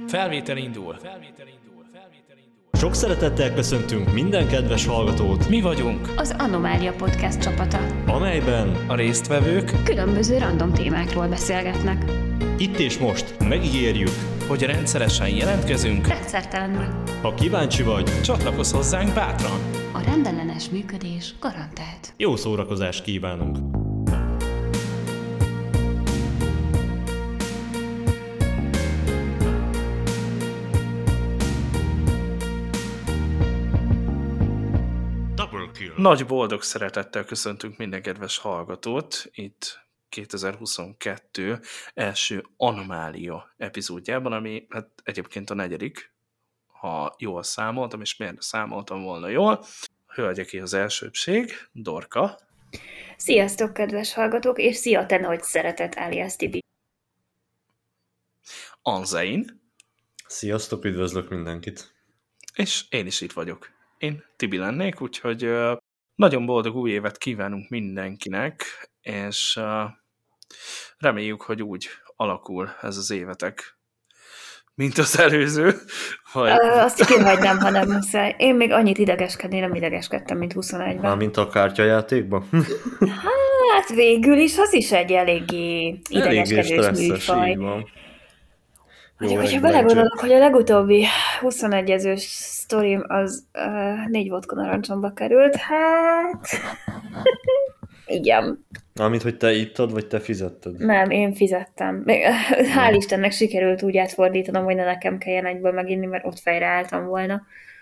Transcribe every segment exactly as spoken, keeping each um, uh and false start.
Felvétel indul. Sok szeretettel köszöntünk minden kedves hallgatót. Mi vagyunk az Anomália Podcast csapata, amelyben a résztvevők különböző random témákról beszélgetnek. Itt és most megígérjük, hogy rendszeresen jelentkezünk. Rendszertelenül. Ha kíváncsi vagy, Csatlakozz hozzánk bátran. A rendellenes működés garantált. Jó szórakozást kívánunk! Nagy boldog szeretettel köszöntünk minden kedves hallgatót itt kétezer-huszonkettő első Anomália epizódjában, ami hát egyébként a negyedik, ha jól számoltam, és miért számoltam volna jól. Hölgyeké az elsőbbség, Dorka. Sziasztok, kedves hallgatók, és szia, te nagy szeretet, alias Tibi. Anzein. Sziasztok, üdvözlök mindenkit! És én is itt vagyok. Én Tibi lennék, úgyhogy uh, nagyon boldog új évet kívánunk mindenkinek, és uh, reméljük, hogy úgy alakul ez az évetek, mint az előző. Vagy... Uh, azt kihagynám, ha nem muszáj. Én még annyit idegeskedni, nem idegeskedtem, mint huszonegyben. Mármint a kártyajátékban? Hát végül is az is egy eléggé idegeskedős műfaj. Mondjuk, hogyha belegondolok, hogy a legutóbbi huszonegyezős sztorim az uh, négy vodka narancsomba került, hát... Igen. Mármint, hogy te ittad, vagy te fizetted? Nem, én fizettem. Hál' Istennek sikerült úgy átfordítanom, hogy ne nekem kelljen egyből meginni, mert ott fejre álltam volna.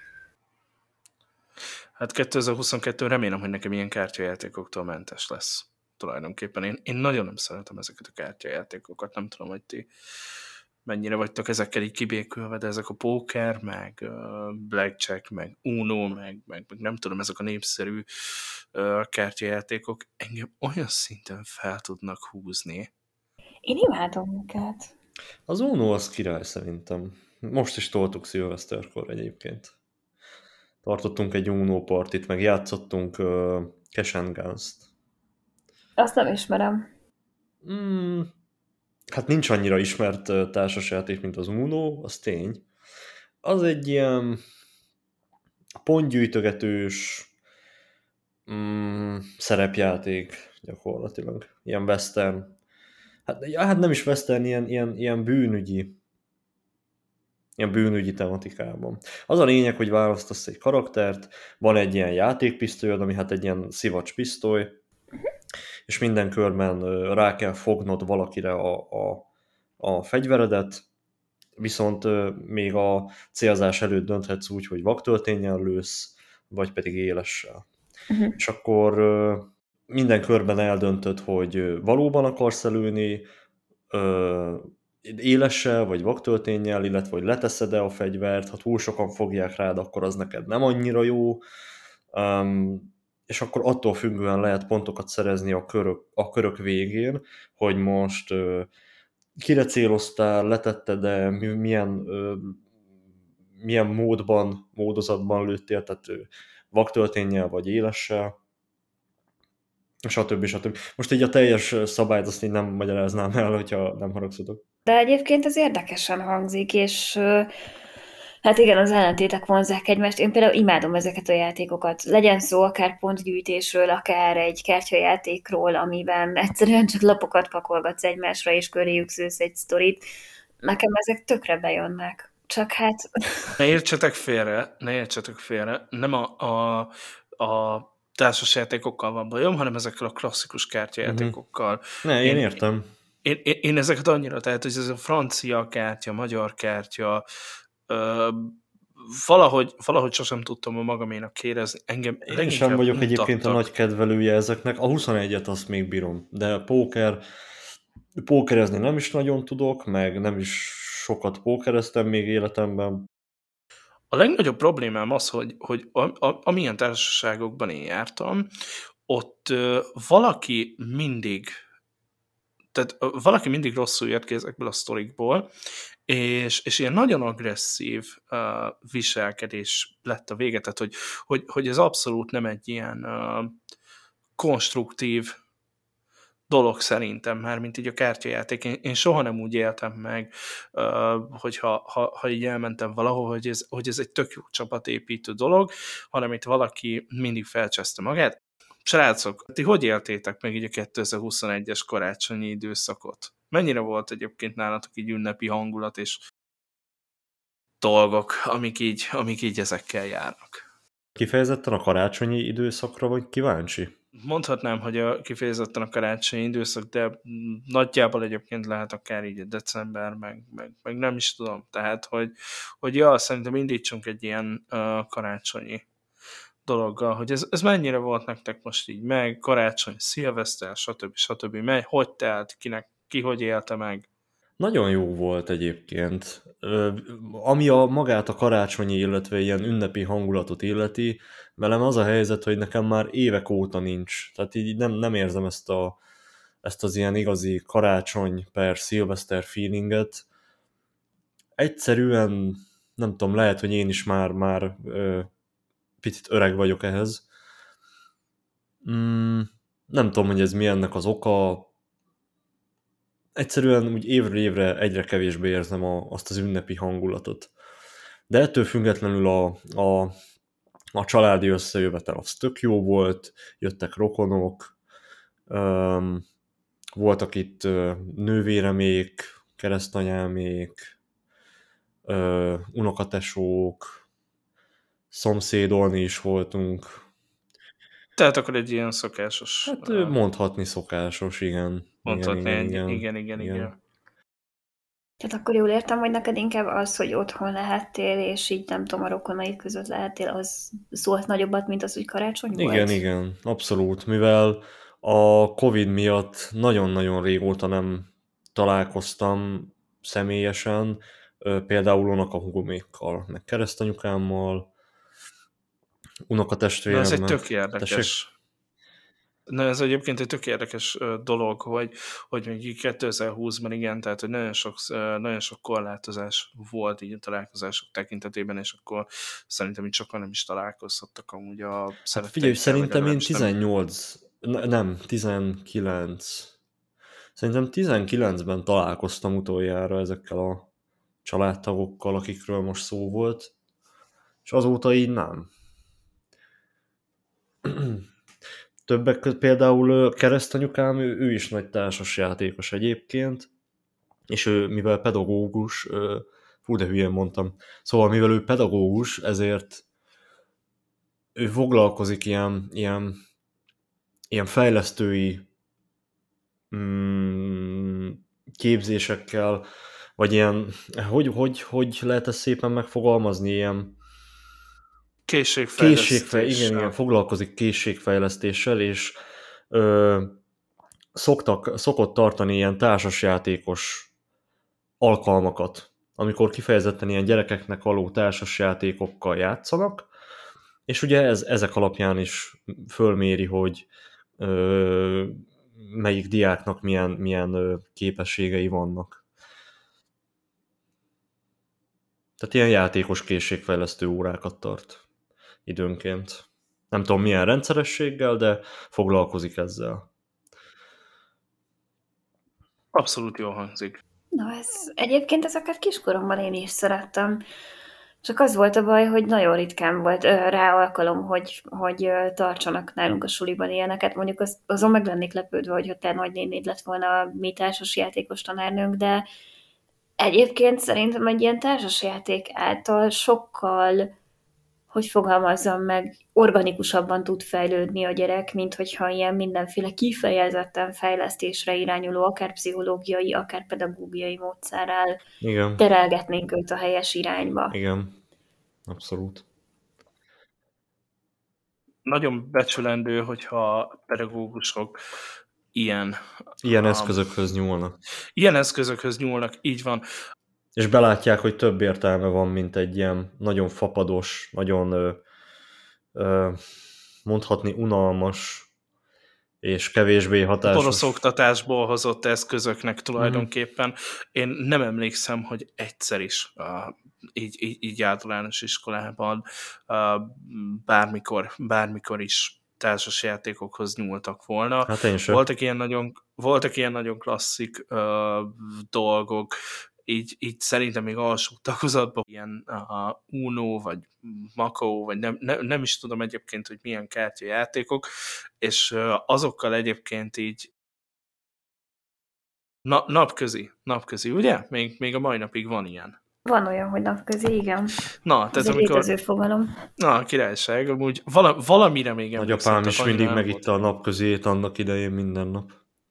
Hát kétezer-huszonkettő remélem, hogy nekem ilyen kártyajátékoktól mentes lesz. Tulajdonképpen én, én nagyon nem szeretem ezeket a kártyajátékokat, nem tudom, hogy ti mennyire vagytok ezekkel így kibékülve, de ezek a póker, meg uh, blackjack, meg uno, meg, meg, meg nem tudom, ezek a népszerű uh, kártyajátékok engem olyan szinten fel tudnak húzni. Én imádom őket. Az uno az király szerintem. Most is toltuk szilveszterkor egyébként. Tartottunk egy uno partit, meg játszottunk uh, Cash and Guns-t. Azt nem ismerem. Mm, hát nincs annyira ismert uh, társasjáték, mint az uno, az tény. Az egy ilyen pontgyűjtögetős mm, szerepjáték gyakorlatilag. Ilyen western. Hát, hát nem is western, ilyen, ilyen, ilyen bűnügyi ilyen bűnügyi tematikában. Az a lényeg, hogy választasz egy karaktert, van egy ilyen játékpisztolyod, ami hát egy ilyen szivacs-pisztoly, és minden körben rá kell fognod valakire a, a, a fegyveredet, viszont még a célzás előtt dönthetsz úgy, hogy vaktölténnyel lősz, vagy pedig élessel. Uh-huh. És akkor minden körben eldöntöd, hogy valóban akarsz lőni, élessel, vagy vaktölténnyel, illetve hogy leteszed-e a fegyvert, ha túl sokan fogják rád, akkor az neked nem annyira jó, um, és akkor attól függően lehet pontokat szerezni a körök, a körök végén, hogy most uh, kire céloztál, letetted-e, milyen, uh, milyen módban, módozatban lőttél, tehát uh, vaktölténnyel vagy élessel, stb. stb. Most így a teljes szabályt azt így nem magyaráznám el, hogyha nem haragszatok. De egyébként ez érdekesen hangzik, és hát igen, az ellentétek vonzzák egymást. Én például imádom ezeket a játékokat. Legyen szó akár pontgyűjtésről, akár egy kártyajátékról, amiben egyszerűen csak lapokat pakolgatsz egymásra, és köréjük szősz egy sztorit. Nekem ezek tökre bejönnek. Csak hát... Ne értsetek félre, ne értsetek félre. Nem a, a, a társasjátékokkal van bajom, hanem ezekkel a klasszikus kártyajátékokkal. Uh-huh. Ne, én, én értem. Én, én, én ezeket annyira, tehát, hogy ez a francia kártya, magyar kártya, ö, valahogy, valahogy sosem tudtam a magaménak kérezni. Engem én sem vagyok egyébként a nagy kedvelője ezeknek. A huszonegyet azt még bírom, de póker, pókerezni nem is nagyon tudok, meg nem is sokat pókereztem még életemben. A legnagyobb problémám az, hogy, hogy a, a, amilyen társaságokban én jártam, ott ö, valaki mindig tehát valaki mindig rosszul jött ki ezekből a sztorikból, és, és ilyen nagyon agresszív uh, viselkedés lett a vége, tehát hogy, hogy, hogy ez abszolút nem egy ilyen uh, konstruktív dolog szerintem már, mint így a kártyajáték. Én, én soha nem úgy éltem meg, hogyha ha, ha így elmentem valahol, hogy ez, hogy ez egy tök jó csapatépítő dolog, hanem itt valaki mindig felcseszte magát. Srácok, ti hogy éltétek meg így a kétezer-huszonegyes karácsonyi időszakot? Mennyire volt egyébként nálatok így ünnepi hangulat és dolgok, amik így, amik így ezekkel járnak? Kifejezetten a karácsonyi időszakra vagy kíváncsi? Mondhatnám, hogy a, kifejezetten a karácsonyi időszak, de nagyjából egyébként lehet akár így a december, meg, meg, meg nem is tudom. Tehát, hogy, hogy ja, szerintem indítsunk egy ilyen uh, karácsonyi dologgal, hogy ez, ez mennyire volt nektek most így meg, karácsony, szilveszter, stb. stb. Mely, hogy telt, kinek, ki hogy élte meg? Nagyon jó volt egyébként. Ö, ami a magát a karácsonyi, illetve ilyen ünnepi hangulatot illeti, velem az a helyzet, hogy nekem már évek óta nincs. Tehát így nem, nem érzem ezt, a, ezt az ilyen igazi karácsony per szilveszter feelinget. Egyszerűen, nem tudom, lehet, hogy én is már, már ö, picit öreg vagyok ehhez. Mm, nem tudom, hogy ez mi ennek az oka. Egyszerűen úgy évről évre egyre kevésbé érzem a, azt az ünnepi hangulatot. De ettől függetlenül a, a, a családi összejövetel az tök jó volt, jöttek rokonok, um, voltak itt uh, nővéremék, keresztanyámék, uh, unokatesók, szomszédolni is voltunk. Tehát akkor egy ilyen szokásos... Hát uh, mondhatni szokásos, igen. mondhatni, igen, egy, igen, igen, igen, igen, igen. Tehát akkor jól értem, hogy neked inkább az, hogy otthon lehettél, és így nem tudom, a rokonaid között lehettél, az szólt nagyobbat, mint az, hogy karácsony volt? Igen, igen, abszolút, mivel a Covid miatt nagyon-nagyon régóta nem találkoztam személyesen, ö, például unokahúgomékkal, meg keresztanyukámmal, Na, unokatestvéremmel. ez egy tök Tessék? érdekes. Na, ez egyébként egy tök érdekes ö, dolog, hogy, hogy még így kétezer-húszban igen, tehát hogy nagyon sok, ö, nagyon sok korlátozás volt így a találkozások tekintetében, és akkor szerintem így sokan nem is találkozhattak amúgy a Hát szeretteikkel. figyelj, vagy szerintem én legalábbis nem- tizennyolc, ne- nem, tizenkilenc, szerintem tizenkilencben találkoztam utoljára ezekkel a családtagokkal, akikről most szó volt, és azóta így nem. Többek között például ö, keresztanyukám, ő, ő is nagy társasjátékos egyébként, és ő, mivel pedagógus, ö, fú, de hülyén mondtam, szóval mivel ő pedagógus, ezért ő foglalkozik ilyen, ilyen, ilyen fejlesztői mm, képzésekkel, vagy ilyen, hogy, hogy, hogy lehet ezt szépen megfogalmazni, ilyen Készségfejlesztés. készségfej, igen, igen, foglalkozik készségfejlesztéssel, és ö, szoktak, szokott tartani ilyen társasjátékos alkalmakat, amikor kifejezetten ilyen gyerekeknek való társasjátékokkal játszanak, és ugye ez, ezek alapján is fölméri, hogy ö, melyik diáknak milyen, milyen ö, képességei vannak. Tehát ilyen játékos készségfejlesztő órákat tart időnként. Nem tudom milyen rendszerességgel, de foglalkozik ezzel. Abszolút jól hangzik. Na, ez egyébként ezeket kiskoromban én is szerettem. Csak az volt a baj, hogy nagyon ritkán volt ö, rá alkalom, hogy, hogy ö, tartsanak nálunk a suliban ilyeneket. Mondjuk az, azon meg lennék lepődve, hogyha te nagynénéd lett volna a mi társasjátékos tanárnőnk, de egyébként szerintem egy ilyen társasjáték által sokkal, hogy fogalmazzam meg, organikusabban tud fejlődni a gyerek, mint hogyha ilyen mindenféle kifejezetten fejlesztésre irányuló, akár pszichológiai, akár pedagógiai módszerrel Igen, terelgetnénk őt a helyes irányba. igen, abszolút. Nagyon becsülendő, hogyha a pedagógusok ilyen, Ilyen um, eszközökhöz nyúlnak. ilyen eszközökhöz nyúlnak, így van. És belátják, hogy több értelme van, mint egy ilyen nagyon fapados, nagyon ö, ö, mondhatni unalmas és kevésbé hatásos. Orosz oktatásból hozott eszközöknek tulajdonképpen. Én nem emlékszem, hogy egyszer is uh, így, így, így általános iskolában uh, bármikor, bármikor is társasjátékokhoz nyúltak volna. Hát én sem. Voltak ilyen nagyon, voltak ilyen nagyon klasszik uh, dolgok, így, így szerintem még alsó tagozatban ilyen uh, Uno, vagy Makó, vagy nem, ne, nem is tudom egyébként, hogy milyen kártyajátékok, és uh, azokkal egyébként így na, napközi, napközi, ugye? Még, még a mai napig van ilyen. Van olyan, hogy napközi, igen. Na, tehát ez amikor... létező fogalom. Na, királyság, amúgy vala, valamire még emlékszem. Nagyapám is mindig megitta a napközét annak idején minden nap.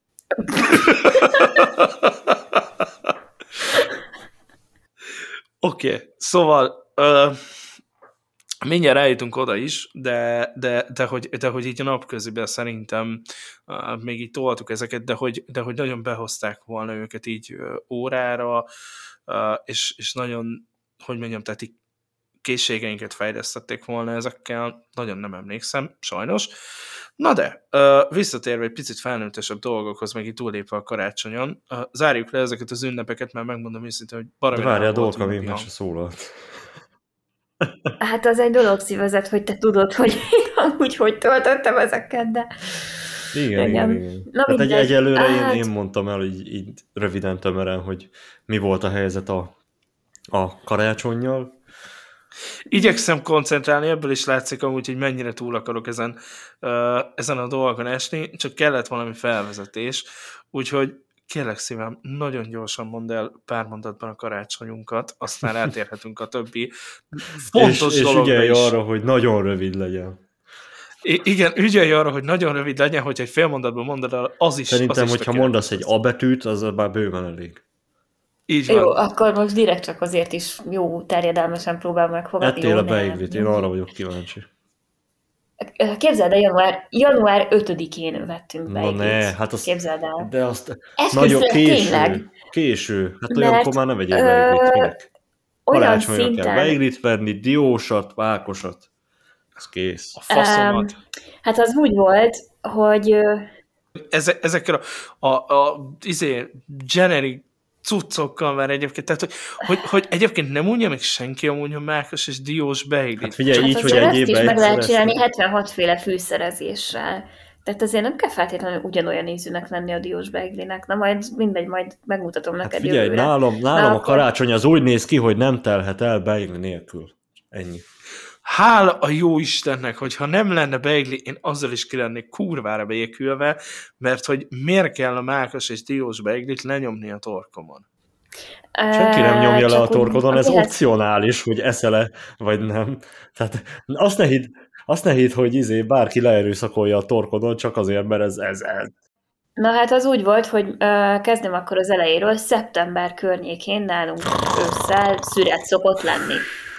Oké, okay. Szóval uh, mindjárt rájutunk oda is, de, de, de, hogy, de hogy így a napköziben szerintem uh, még így toltuk ezeket, de hogy, de hogy nagyon behozták volna őket így uh, órára, uh, és, és nagyon, hogy mondjam, tehát így készségeinket fejlesztették volna ezekkel, nagyon nem emlékszem, sajnos. Na de, uh, visszatérve egy picit felnőttesebb dolgokhoz, meg itt túlépve a karácsonyon, uh, zárjuk le ezeket az ünnepeket, mert megmondom őszintén, hogy baromi de várjál, Dolka még meg se szólalt. Hát az egy dolog szívezet, hogy te tudod, hogy én amúgy hogy töltöttem ezeket, de... Igen, igen, igen. Na, hát egy, egyelőre hát... én, én mondtam el, így, így röviden tömören, hogy mi volt a helyzet a, a karácsonnyal. Igyekszem koncentrálni, ebből is látszik amúgy, hogy mennyire túl akarok ezen, uh, ezen a dolgon esni, csak kellett valami felvezetés, úgyhogy kérlek szívem, nagyon gyorsan mondd el pár mondatban a karácsonyunkat, aztán átérhetünk a többi fontos és, és dologra ügyelj is. arra, hogy nagyon rövid legyen. I- igen, ügyelj arra, hogy nagyon rövid legyen, hogyha egy fél mondatban mondod el, az is Szerintem, az is hogyha mondasz egy A betűt, az már bőven elég. Így van. Jó, akkor most direkt csak azért is jó terjedelmesen próbál megfogadni. Ettél a beiglit, én arra vagyok kíváncsi. Képzeld el, január, január ötödikén vettünk beiglit. Na ne, hát azt, képzeld el. de azt Esküszöm, nagyon késő, tényleg. késő. Hát Mert, olyankor már ne vegyél beiglit, minek? Olyan Karácsonyra szinten... kell beiglit venni, diósat, vákosat. Ez kész. A faszomat. Um, hát az úgy volt, hogy... Eze, ezekkel a, a, a izé, generic cuccokkal már egyébként, tehát hogy, hogy, hogy egyébként nem mondja meg senki amúgy a mákos és diós beiglit. Hát figyelj, hát így, hogy egy évben is meg lehet csinálni ezt... hetvenhat féle fűszerezéssel. Tehát azért nem kell feltétlenül ugyanolyan ízűnek lenni a diós beiglinek. Na majd mindegy, majd megmutatom neked hát figyelj, jövőre. nálam, nálam Na, a akkor... karácsony az úgy néz ki, hogy nem telhet el beigli nélkül. Ennyi. Hála a jó Istennek, hogyha nem lenne beigli, én azzal is ki lennék kurvára békülve, mert hogy miért kell a mákos és diós beiglit lenyomni a torkomon? Senki nem nyomja le a torkodon, úgy, ez lehet... opcionális, hogy eszel-e, vagy nem. Tehát azt ne hidd, azt ne hidd, hogy izé bárki leerőszakolja a torkodon, csak azért, mert ez, ez, ez. Na hát az úgy volt, hogy uh, kezdem akkor az elejéről, szeptember környékén nálunk ősszel szüret szokott lenni.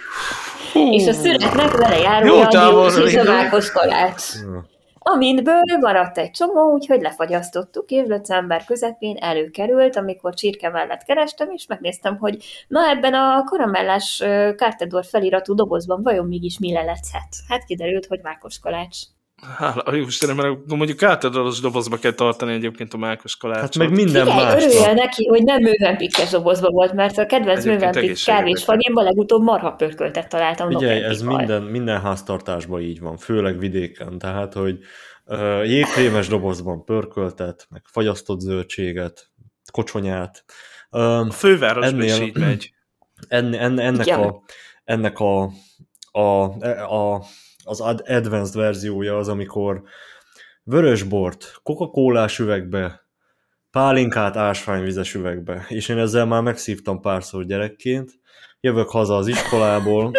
Hú. És a szüretnek vele járója a diós és a mákos kalács. Amintből maradt egy csomó, úgyhogy lefagyasztottuk, és december közepén előkerült, amikor csirke mellett kerestem, és megnéztem, hogy na ebben a karamellás Cartedor feliratú dobozban vajon mégis mi lelechet. Hát kiderült, hogy mákos kalács. Hála, jó Istenem, mert mondjuk Cartedoros dobozba kell tartani egyébként a mákos kalácsot. Hát meg minden Figyelj, más. örüljél neki, hogy nem Mövenpikkes dobozban volt, mert a kedvenc Mövenpik kávés fagyémban legutóbb marha pörköltet találtam. Figyelj, ez minden, minden háztartásban így van, főleg vidéken, tehát, hogy uh, jégkrémes dobozban pörköltet, meg fagyasztott zöldséget, kocsonyát. Uh, a fővárosban is így megy. Enne, enne, ennek a, ennek a, a, a az advanced verziója az, amikor vörösbort Coca-Colás üvegbe, pálinkát ásványvizes üvegbe, és én ezzel már megszívtam párszor gyerekként, jövök haza az iskolából,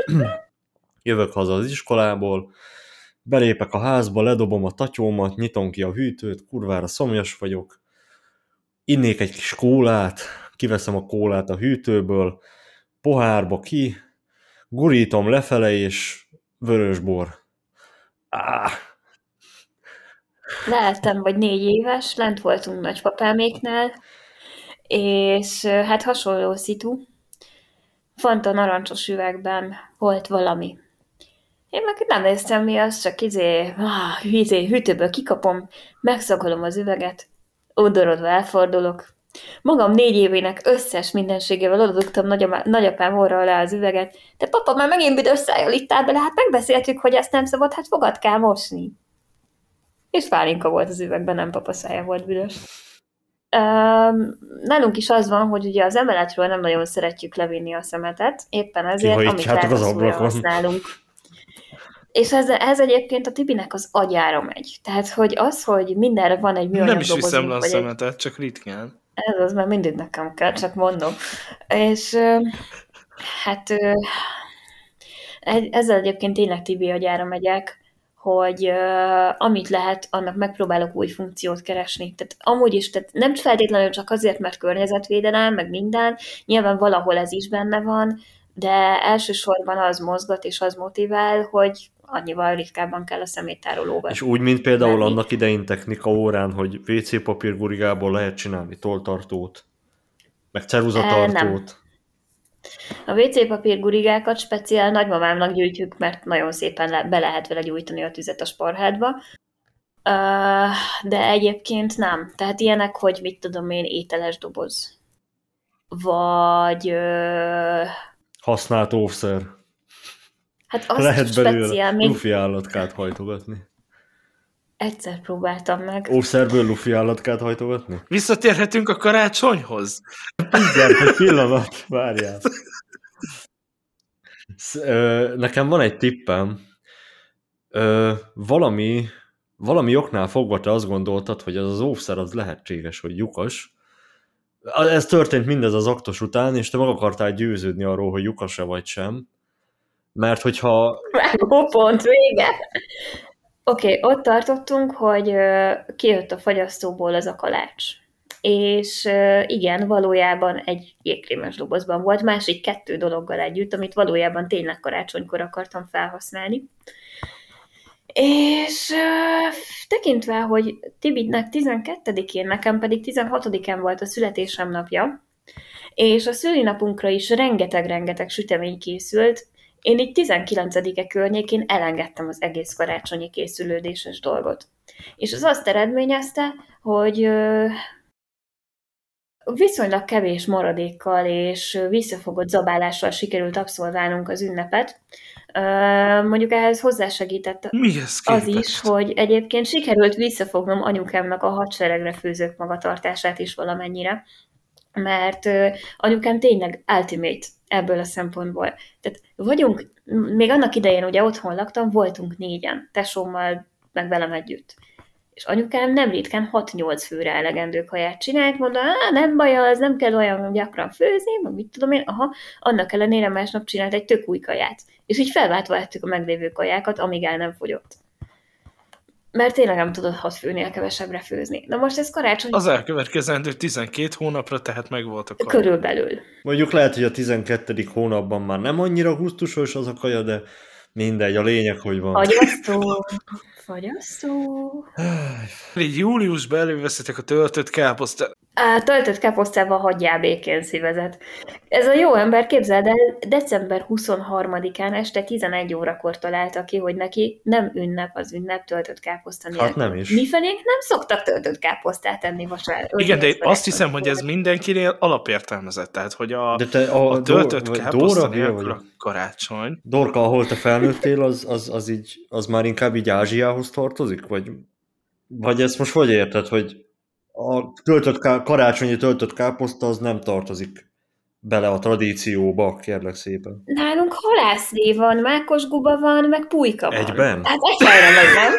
jövök haza az iskolából, belépek a házba, ledobom a tatyómat, nyitom ki a hűtőt, kurvára szomjas vagyok, innék egy kis kólát, kiveszem a kólát a hűtőből, pohárba ki, gurítom lefele, és vörösbor. Ah. Lehettem vagy négy éves, lent voltunk nagypapáméknál, és hát hasonló szitu. Fanta narancsos üvegben volt valami. Én meg nem néztem mi az, csak izé, ah, izé hűtőből kikapom, megszagolom az üveget, odorodva elfordulok. Magam négy évének összes mindenségével odadugtam nagyapám orra alá az üveget. De papa, már megint büdös szájjal ittál bele, hát megbeszéltük, hogy ezt nem szabad, hát fogad kell mosni. és pálinka volt az üvegben, nem papaszája volt büdös. Um, nálunk is az van, hogy ugye az emeletről nem nagyon szeretjük levinni a szemetet, éppen ezért, amit lehet, azt újra használunk. És ez, ez egyébként a Tibinek az agyára megy. Tehát, hogy az, hogy mindenre van egy műanyag Nem is dobozunk, viszem le a vagy szemetet, egy... csak ritkán. Ez az, mert mindig nekem kell, csak mondom. És hát ezzel egyébként tényleg Tibi agyára megyek, hogy uh, amit lehet, annak megpróbálok új funkciót keresni. Tehát amúgy is, tehát nem feltétlenül csak azért, mert környezetvédelem, meg minden, nyilván valahol ez is benne van, de elsősorban az mozgat és az motivál, hogy annyival ritkábban kell a szeméttárolóba. És úgy, mint például menni. Annak idején technika órán, hogy vé cé papír gurigából lehet csinálni tolltartót, meg ceruzatartót. A vé cé papír gurigákat speciál nagymamámnak gyűjtjük, mert nagyon szépen le, be lehet vele gyújtani a tüzet a sparhádba. Uh, de egyébként nem. Tehát ilyenek, hogy mit tudom én, ételes doboz. Vagy... Uh... Használt óvszer. Hát azt lehet speciál belőle lufi állatkát hajtogatni. Egyszer próbáltam meg. Óvszerből lufi állatkát hajtogatni? Visszatérhetünk a karácsonyhoz? Mindjárt, egy pillanat, várjál. Nekem van egy tippem. Valami, valami oknál fogva te azt gondoltad, hogy az az óvszer az lehetséges, hogy lyukas. Ez történt mindez az aktus után, és te meg akartál győződni arról, hogy lyukas-e vagy sem. Mert hogyha... Vágó pont, vége! Oké, okay, ott tartottunk, hogy kijött a fagyasztóból az a kalács. És igen, valójában egy jégkrémes dobozban volt, másik kettő dologgal együtt, amit valójában tényleg karácsonykor akartam felhasználni. És tekintve, hogy Tibitnek tizenkettedikén, nekem pedig tizenhatodikán volt a születésem napja, és a szülinapunkra is rengeteg-rengeteg sütemény készült, én így tizenkilencedike környékén elengedtem az egész karácsonyi készülődéses dolgot. És az azt eredményezte, hogy viszonylag kevés maradékkal és visszafogott zabálással sikerült abszolválnunk az ünnepet. Mondjuk ehhez hozzásegített az is, hogy egyébként sikerült visszafognom anyukámnak a hadseregre főzők magatartását is valamennyire, mert anyukám tényleg ultimate ebből a szempontból. Tehát vagyunk, még annak idején ugye otthon laktam, voltunk négyen, tesómmal, meg velem együtt. És anyukám nem ritkán hat-nyolc főre elegendő kaját csinált, mondta, nem baj, az nem kell olyan gyakran főzni, meg mit tudom én, aha, annak ellenére másnap csinált egy tök új kaját. És így felváltva ettük a meglévő kajákat, amíg el nem fogyott. Mert tényleg nem tudod hat főnél kevesebbre főzni. Na most ez karácsony... Az elkövetkezendő tizenkét hónapra tehát megvolt a kaja. Körülbelül. Mondjuk lehet, hogy a tizenkettedik hónapban már nem annyira gusztusos az a kaja, de mindegy, a lényeg, hogy van. Fagyasztó, fagyasztó. Így júliusban előveszitek a töltött káposztát. A töltött káposztával hagyjál békén, szívezet. Ez a jó ember, képzeld el, december huszonharmadikán este tizenegy órakor találta ki, hogy neki nem ünnep az ünnep töltött káposzta nélkül. Hát nem is. Mi felénk nem szoktak töltött káposztát enni vasárnap. Igen, de azt hiszem, hogy ez mindenkinél alapértelmezett. Tehát, hogy a, de te a, a töltött Dor, káposzta Dóra, nélkül a karácsony. Dorka, ahol te felnőttél, az, az, az, így, az már inkább így Ázsiához tartozik? Vagy, vagy ezt most hogy érted, hogy a töltött ká- karácsonyi töltött káposzta az nem tartozik bele a tradícióba, kérlek szépen. Nálunk halászlé van, mákosguba van, meg pulyka van. Egyben? Hát egy helyre megy, nem?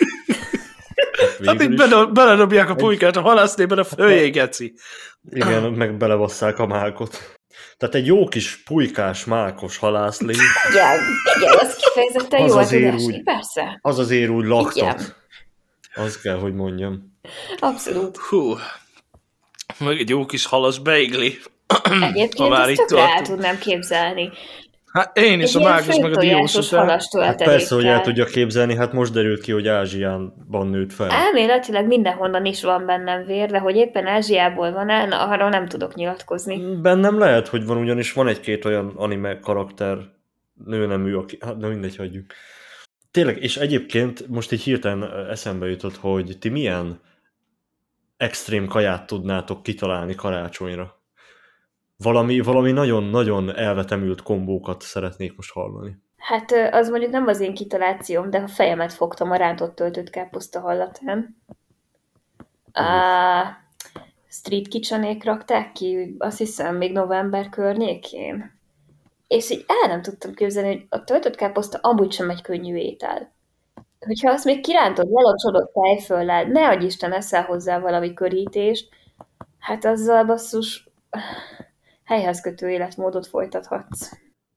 Hát itt bele, beledobják a pulykát a halászlében, a följégeci. Igen, meg belevasszák a mákot. Tehát egy jó kis pulykás, mákos halászlé. Igen, igen, ez kifejezetten az jó azért az úgy, persze. Az azért úgy laktat. Igen. Azt kell, hogy mondjam. Abszolút. Hú, meg egy jó kis halas beigli. Egyébként ezt tökre el tudnám képzelni. Hát én is, egy a mágus meg a diós után. Hát persze, hogy el tudja képzelni, hát most derült ki, hogy Ázsiában nőtt fel. Elméletileg mindenhonnan is van bennem vér, de hogy éppen Ázsiából van el, na, arra nem tudok nyilatkozni. Bennem lehet, hogy van, ugyanis van egy-két olyan anime karakter, nőnemű, aki... Hát de mindegy, hagyjuk. Tényleg, és egyébként most így hirtelen eszembe jutott, hogy ti milyen extrém kaját tudnátok kitalálni karácsonyra. Valami, valami nagyon-nagyon elvetemült kombókat szeretnék most hallani. Hát ö, az mondjuk nem az én kitalációm, de a fejemet fogtam a rántott töltött káposzta hallatán. Uff. A Street Kitchenék rakták ki, azt hiszem, még november környékén. És így el nem tudtam képzelni, hogy a töltött káposzta amúgy sem egy könnyű étel. Hogyha azt még kirántod lelocsodott tejföllel, ne adj Isten eszel hozzá valami körítést, hát azzal basszus helyhez kötő életmódot folytathatsz.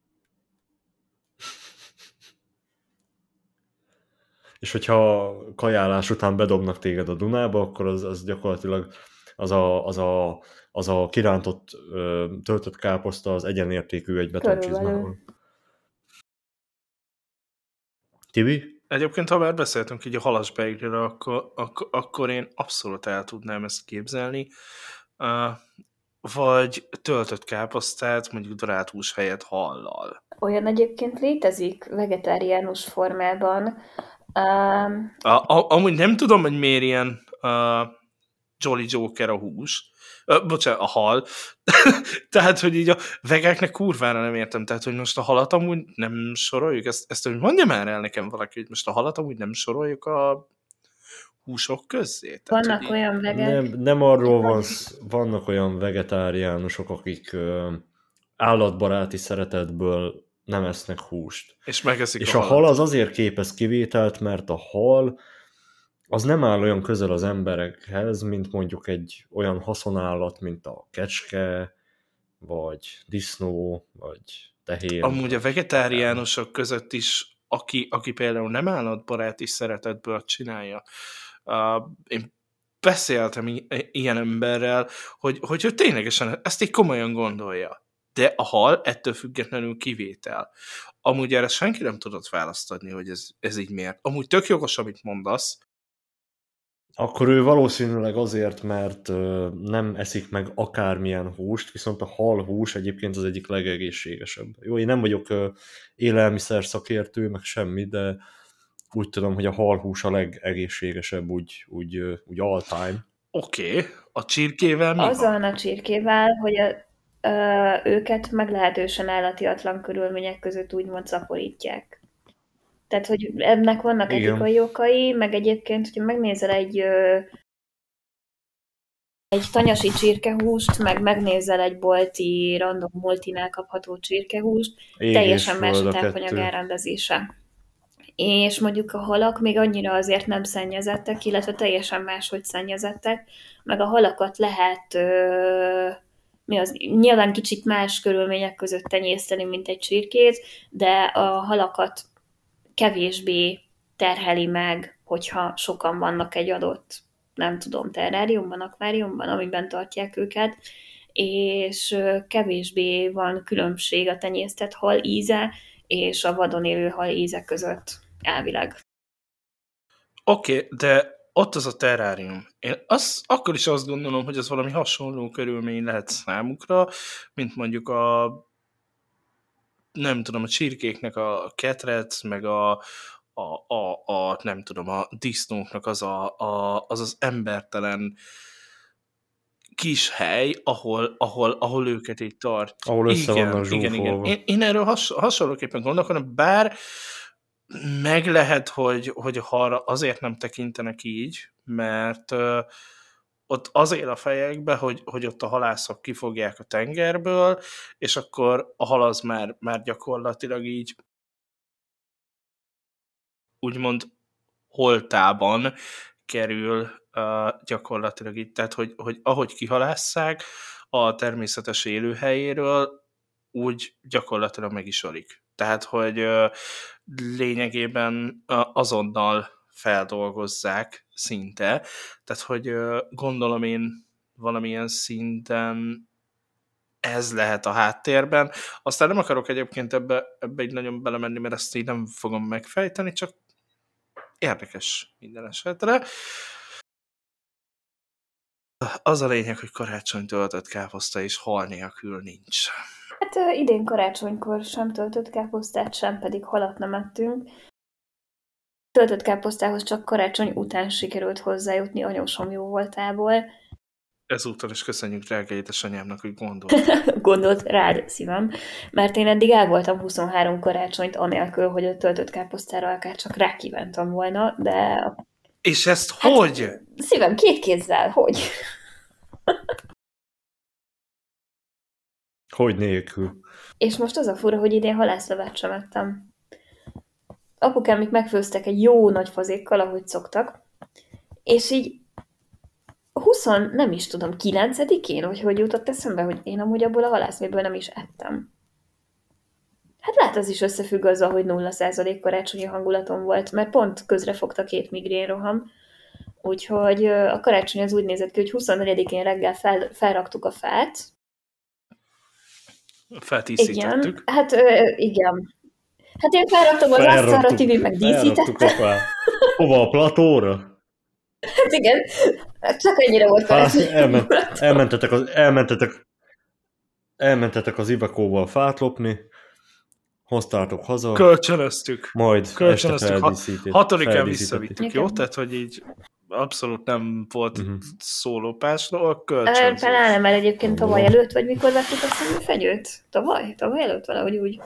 És hogyha kajálás után bedobnak téged a Dunába, akkor az, az gyakorlatilag az a, az a, az a kirántott ö, töltött káposzta az egyenértékű egy betoncsizmával. Körülbelül. Tibi? Egyébként, ha már beszéltünk így a halas beigliről, akkor, akkor, akkor én abszolút el tudnám ezt képzelni. Uh, vagy töltött káposztát, mondjuk darált hús helyett hallal. Olyan egyébként létezik vegetáriánus formában. Um, A, a, amúgy nem tudom, hogy miért ilyen uh, Jolly Joker a hús. Uh, bocsánat, a hal. Tehát, hogy így a vegáknak kurvára nem értem. Tehát, hogy most a halat amúgy nem soroljuk. Ezt, ezt hogy mondja már el nekem valaki, hogy most a halat amúgy nem soroljuk a húsok közzé. Tehát, vannak hogy így... olyan vegek... Nem, nem arról van, vannak olyan vegetáriánusok, akik ö, állatbaráti szeretetből nem esznek húst. És megeszik És a a halat. hal az azért képez kivételt, mert a hal az nem áll olyan közel az emberekhez, mint mondjuk egy olyan haszonállat, mint a kecske, vagy disznó, vagy tehén. Amúgy a vegetáriánusok között is, aki, aki például nem állatbaráti szeretetből csinálja. Uh, én beszéltem i- ilyen emberrel, hogy, hogy ő ténylegesen ezt így komolyan gondolja. De a hal ettől függetlenül kivétel. Amúgy erre senki nem tudott választ adni, hogy ez, ez így miért. Amúgy tök jogos, amit mondasz. Akkor ő valószínűleg azért, mert ö, nem eszik meg akármilyen húst, viszont a hal hús egyébként az egyik legegészségesebb. Jó, én nem vagyok ö, élelmiszer szakértő, meg semmi, de úgy tudom, hogy a hal hús a legegészségesebb, úgy, úgy, ö, úgy all time. Oké, okay. A csirkével mi Az van? a csirkével, hogy a, ö, őket meglehetősen állatiatlan körülmények között úgymond szaporítják. Tehát, hogy ennek vannak Igen. etikai okai, meg egyébként, hogyha megnézel egy ö, egy tanyasi csirkehúst, meg megnézel egy bolti random multinál kapható csirkehúst, Ég teljesen és más a föld a tápanyag kettő. elrendezése. És mondjuk a halak még annyira azért nem szennyezettek, illetve teljesen máshogy szennyezettek, meg a halakat lehet ö, mi az, nyilván kicsit más körülmények között tenyészteni, mint egy csirkét, de a halakat kevésbé terheli meg, hogyha sokan vannak egy adott, nem tudom, terráriumban, akváriumban, amiben tartják őket, és kevésbé van különbség a tenyésztett hal íze és a vadon élő hal íze között elvileg. Oké, okay, de ott az a terrárium. Én az, akkor is azt gondolom, hogy az valami hasonló körülmény lehet számukra, mint mondjuk a nem tudom, a csirkéknek a ketrec, meg a, a, a, a nem tudom, a disznóknak az a, a, az, az embertelen kis hely, ahol, ahol, ahol őket így tart. Ahol össze igen, vannak igen, igen. zsúfolva. Én, én erről has, hasonlóképpen gondolkodom, bár meg lehet, hogy, hogy arra azért nem tekintenek így, mert uh, ott az él a fejekbe, hogy, hogy ott a halászok kifogják a tengerből, és akkor a hal az már, már gyakorlatilag így úgymond holtában kerül uh, gyakorlatilag itt, tehát hogy, hogy ahogy kihalásszák a természetes élőhelyéről, úgy gyakorlatilag meg is alig. Tehát, hogy uh, lényegében uh, azonnal feldolgozzák szinte, tehát, hogy uh, gondolom én valamilyen szinten ez lehet a háttérben. Aztán nem akarok egyébként ebbe, ebbe így nagyon belemenni, mert ezt így nem fogom megfejteni, csak érdekes minden esetre. Az a lényeg, hogy karácsony töltött káposzta és hal nélkül nincs. Hát ö, idén karácsonykor sem töltött káposztát, sem pedig halat nem ettünk. Töltött káposztához csak karácsony után sikerült hozzájutni anyósom jó voltából. Ezúttal is köszönjük drága édesanyámnak, hogy gondolt. Gondolt rád, szívem, mert én eddig el voltam huszonhárom karácsonyt anélkül, hogy a töltött káposztára akár csak rákívántam volna, de... És ezt hát, hogy? Szívem, két kézzel, hogy? Hogy nélkül? És most az a fura, hogy idén halászlevet sem ettem. Apukám itt megfőztek egy jó nagy fazékkal, ahogy szoktak, és így huszon, nem is tudom, kilencedikén, vagy hogy jutott eszembe, hogy én amúgy abból a halászléből nem is ettem. Hát lehet az is összefügg azzal, hogy nulla százalék karácsonyi hangulatom volt, mert pont közre fogta két migrénroham, úgyhogy a karácsony az úgy nézett ki, hogy huszonnegyedikén reggel fel, felraktuk a fát. Feltíszítettük. Igen, hát igen. Hát én felraktam az asztalra, a Tibi meg díszítette. Hova, a platóra? Hát igen, csak ennyire volt fát, elment, elmentetek, az, elmentetek, elmentetek az Ivekóval fát lopni, hoztátok haza. Kölcsönöztük. Majd Kölcsönöztük. Ha, hatodikán visszavittük, jó? Tehát, hogy így abszolút nem volt uh-huh. szólópásról, kölcsönöztük. Talán mert egyébként tavaly előtt, vagy mikor vettük a szemüfegyőt? Tavaly? Tavaly előtt valahogy úgy.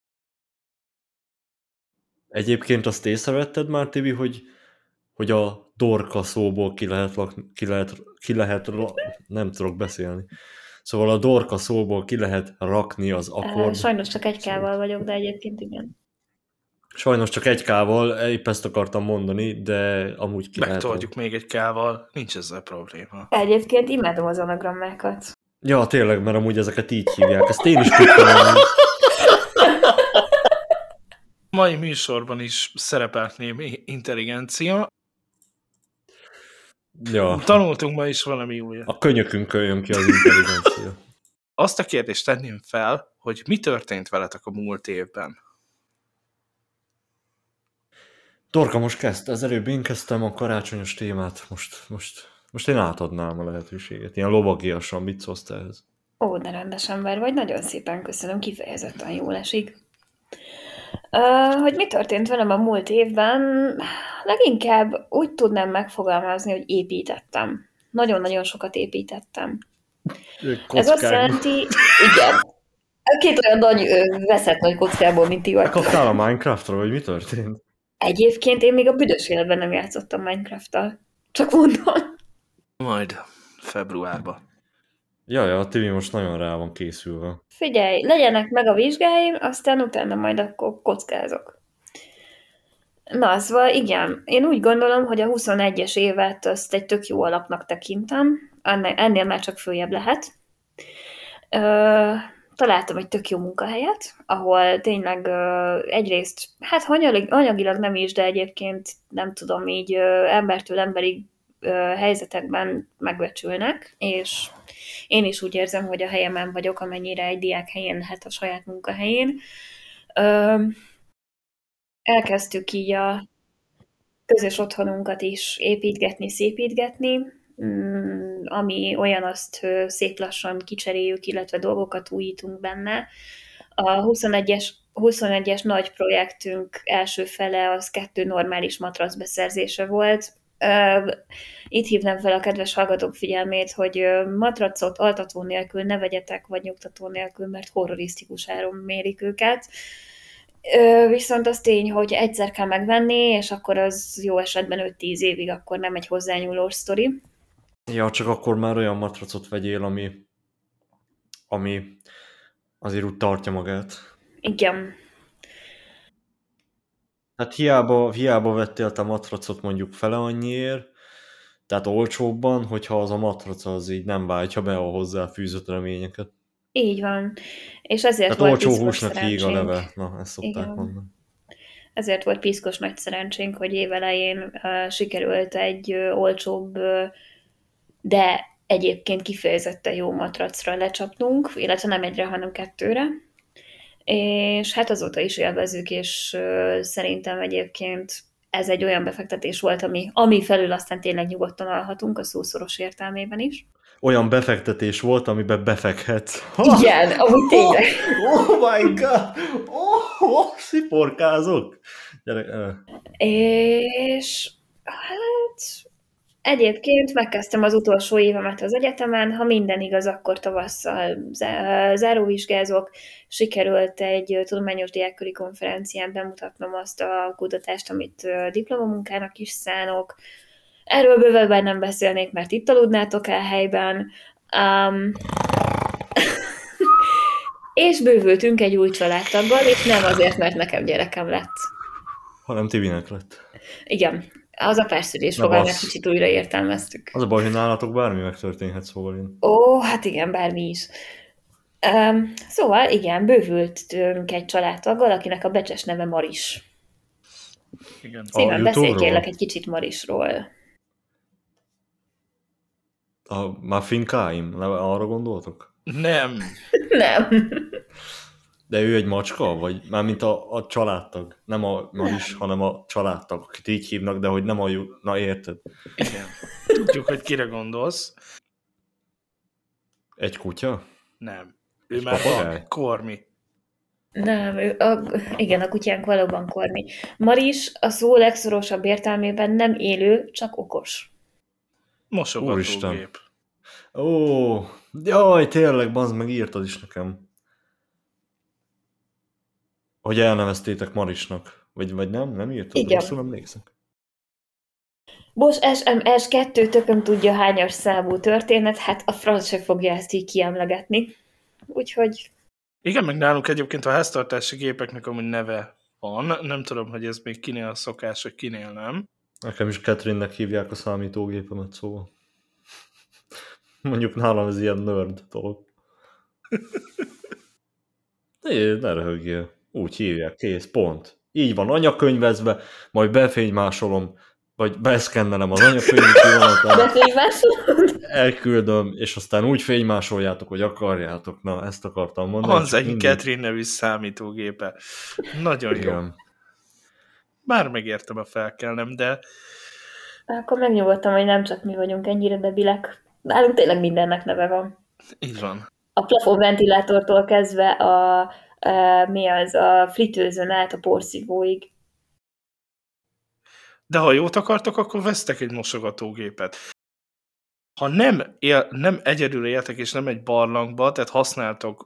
Egyébként azt észrevetted már, Tibi, hogy, hogy a dorka szóból ki lehet, ki lehet, ki lehet, nem tudok beszélni. Szóval a dorka szóból ki lehet rakni az akkord. Sajnos csak egy kával vagyok, de egyébként igen. Sajnos csak egy kával, épp ezt akartam mondani, de amúgy ki lehet. Megtoldjuk még egy kával, nincs ezzel probléma. Egyébként imádom az anagrammákat. Ja, tényleg, mert amúgy ezeket így hívják. Ezt én is tudtam. Mai műsorban is szerepelt némi intelligencia. Ja. Tanultunk ma is valami újat. A könyökünkön jön ki az intelligencia. Azt a kérdést tenném fel, hogy mi történt veletek a múlt évben? Dorka, most kezdte. Az előbb én kezdtem a karácsonyos témát. Most, most, most én átadnám a lehetőséget. Ilyen lovagiasan, mit szólsz te ehhez? Ó, de rendes ember vagy. Nagyon szépen köszönöm, kifejezetten jól esik. Uh, hogy mi történt velem a múlt évben, leginkább úgy tudnám megfogalmazni, hogy építettem. Nagyon-nagyon sokat építettem. Kockák. Ez azt jelenti, igen, két olyan nagy veszett nagy kockából, mint ti vagytok. Kaptál a Minecraftra, vagy mi történt? Egyébként én még a büdös életben nem játszottam Minecrafttal. Csak mondom. Majd februárban. Jaj, a Tibi most nagyon rá van készülve. Figyelj, legyenek meg a vizsgáim, aztán utána majd akkor kockázok. Na, szóval igen, én úgy gondolom, hogy a huszonegyes évet azt egy tök jó alapnak tekintem, ennél már csak följebb lehet. Ö, találtam egy tök jó munkahelyet, ahol tényleg ö, egyrészt, hát anyagilag nem is, de egyébként nem tudom, így ö, embertől emberig ö, helyzetekben megbecsülnek, és én is úgy érzem, hogy a helyemen vagyok, amennyire egy diák helyén lehet a saját munkahelyén. Ö, elkezdtük így a közös otthonunkat is építgetni, szépítgetni, ami olyan, azt szép lassan kicseréljük, illetve dolgokat újítunk benne. A huszonegyes, huszonegyes nagy projektünk első fele az kettő normális matrac beszerzése volt. Itt hívnám fel a kedves hallgatók figyelmét, hogy matracot altató nélkül ne vegyetek, vagy nyugtató nélkül, mert horrorisztikus áron mérik őket. Viszont az tény, hogy egyszer kell megvenni, és akkor az jó esetben öt-tíz évig, akkor nem egy hozzányúlós sztori. Ja, csak akkor már olyan matracot vegyél, ami, ami azért úgy tartja magát. Igen. Hát hiába, hiába vettél te matracot mondjuk fele annyiért, tehát olcsóbban, hogyha az a matrac az így nem váltja be a hozzáfűzött reményeket. Így van. És ezért tehát volt olcsó piszkos húsnak híg a szerencsénk. neve. Na, ezt szokták Igen. mondani. Ezért volt piszkos nagy szerencsénk, hogy évelején uh, sikerült egy uh, olcsóbb, uh, de egyébként kifejezetten jó matracra lecsapnunk, illetve nem egyre, hanem kettőre. És hát azóta is élvezzük, és uh, szerintem egyébként ez egy olyan befektetés volt, ami, ami felül aztán tényleg nyugodtan alhatunk a szószoros értelmében is. Olyan befektetés volt, amiben befekhetsz. Igen, amúgy tényleg. Oh, oh my god! Oh, oh, sziporkázok! Gyere, uh. És hát Egyébként megkezdtem az utolsó évemet az egyetemen, ha minden igaz, akkor tavasszal záróvizsgázok. Sikerült egy tudományos diákköri konferencián bemutatnom azt a kutatást, amit diplomamunkának is szánok. Erről bővebben nem beszélnék, mert itt aludnátok el helyben. Um, és bővültünk egy új családtaggal, és nem azért, mert nekem gyerekem lett. Hanem Tibinek lett. Igen. Az apásszülés Na, fogalmát bassz. kicsit újra értelmeztük. Az a baj, hogy nálatok bármi megtörténhet, szóval én. Ó, hát igen, bármi is. Um, szóval igen, bővültünk egy családtaggal, akinek a becses neve Maris. Igen. Szépen A beszélj YouTube-ról? kérlek egy kicsit Marisról. A Muffin Káim, arra gondoltok? Nem. Nem. De ő egy macska? Vagy mármint a, a családtag? Nem a Maris, hanem a családtag, akit így hívnak, de hogy nem a ju... Na érted? Igen. Tudjuk, hogy kire gondolsz. Egy kutya? Nem. Ő Egy már papagáj? van. Kormi. Nem, ő, a, igen, a kutyánk valóban Kormi. Maris a szó legszorosabb értelmében nem élő, csak okos. Mosogatógép. Ó, jaj, tényleg, bazd meg, írtad is nekem. Hogy elneveztétek Marisnak. Vagy, vagy nem? Nem írtad? Igen. Rosszul emlékszek. Bocs, es em es kettő tököm tudja hányas számú történet, hát a franc se fogja ezt így kiemlegetni. Úgyhogy... Igen, meg nálunk egyébként a háztartási gépeknek amúgy neve van. Nem tudom, hogy ez még kinél a szokás, hogy kinél nem. Nekem is Catherine-nek hívják a számítógépemet, szóval. Mondjuk nálam ez ilyen nerd dolog. É, ne röhögjél. Úgy hívják, kész, pont. Így van anyakönyvezve, majd befénymásolom, vagy beszkennelem az anyakönyvi pillanatát, Befénymásolod? elküldöm, és aztán úgy fénymásoljátok, hogy akarjátok. Na, ezt akartam mondani. Hans csak egy mindig- Catherine nevű számítógépe. Nagyon jó. Igen. Bár megértem a felkelnem, de Akkor megnyugodtam, hogy nem csak mi vagyunk ennyire debilek. Nálunk tényleg mindennek neve van. így van. A plafonventilátortól kezdve a, a mi az, a fritőzön át a porszívóig. De ha jót akartok, akkor vesztek egy mosogatógépet. Ha nem, él, nem egyedül éltek, és nem egy barlangba, tehát használtok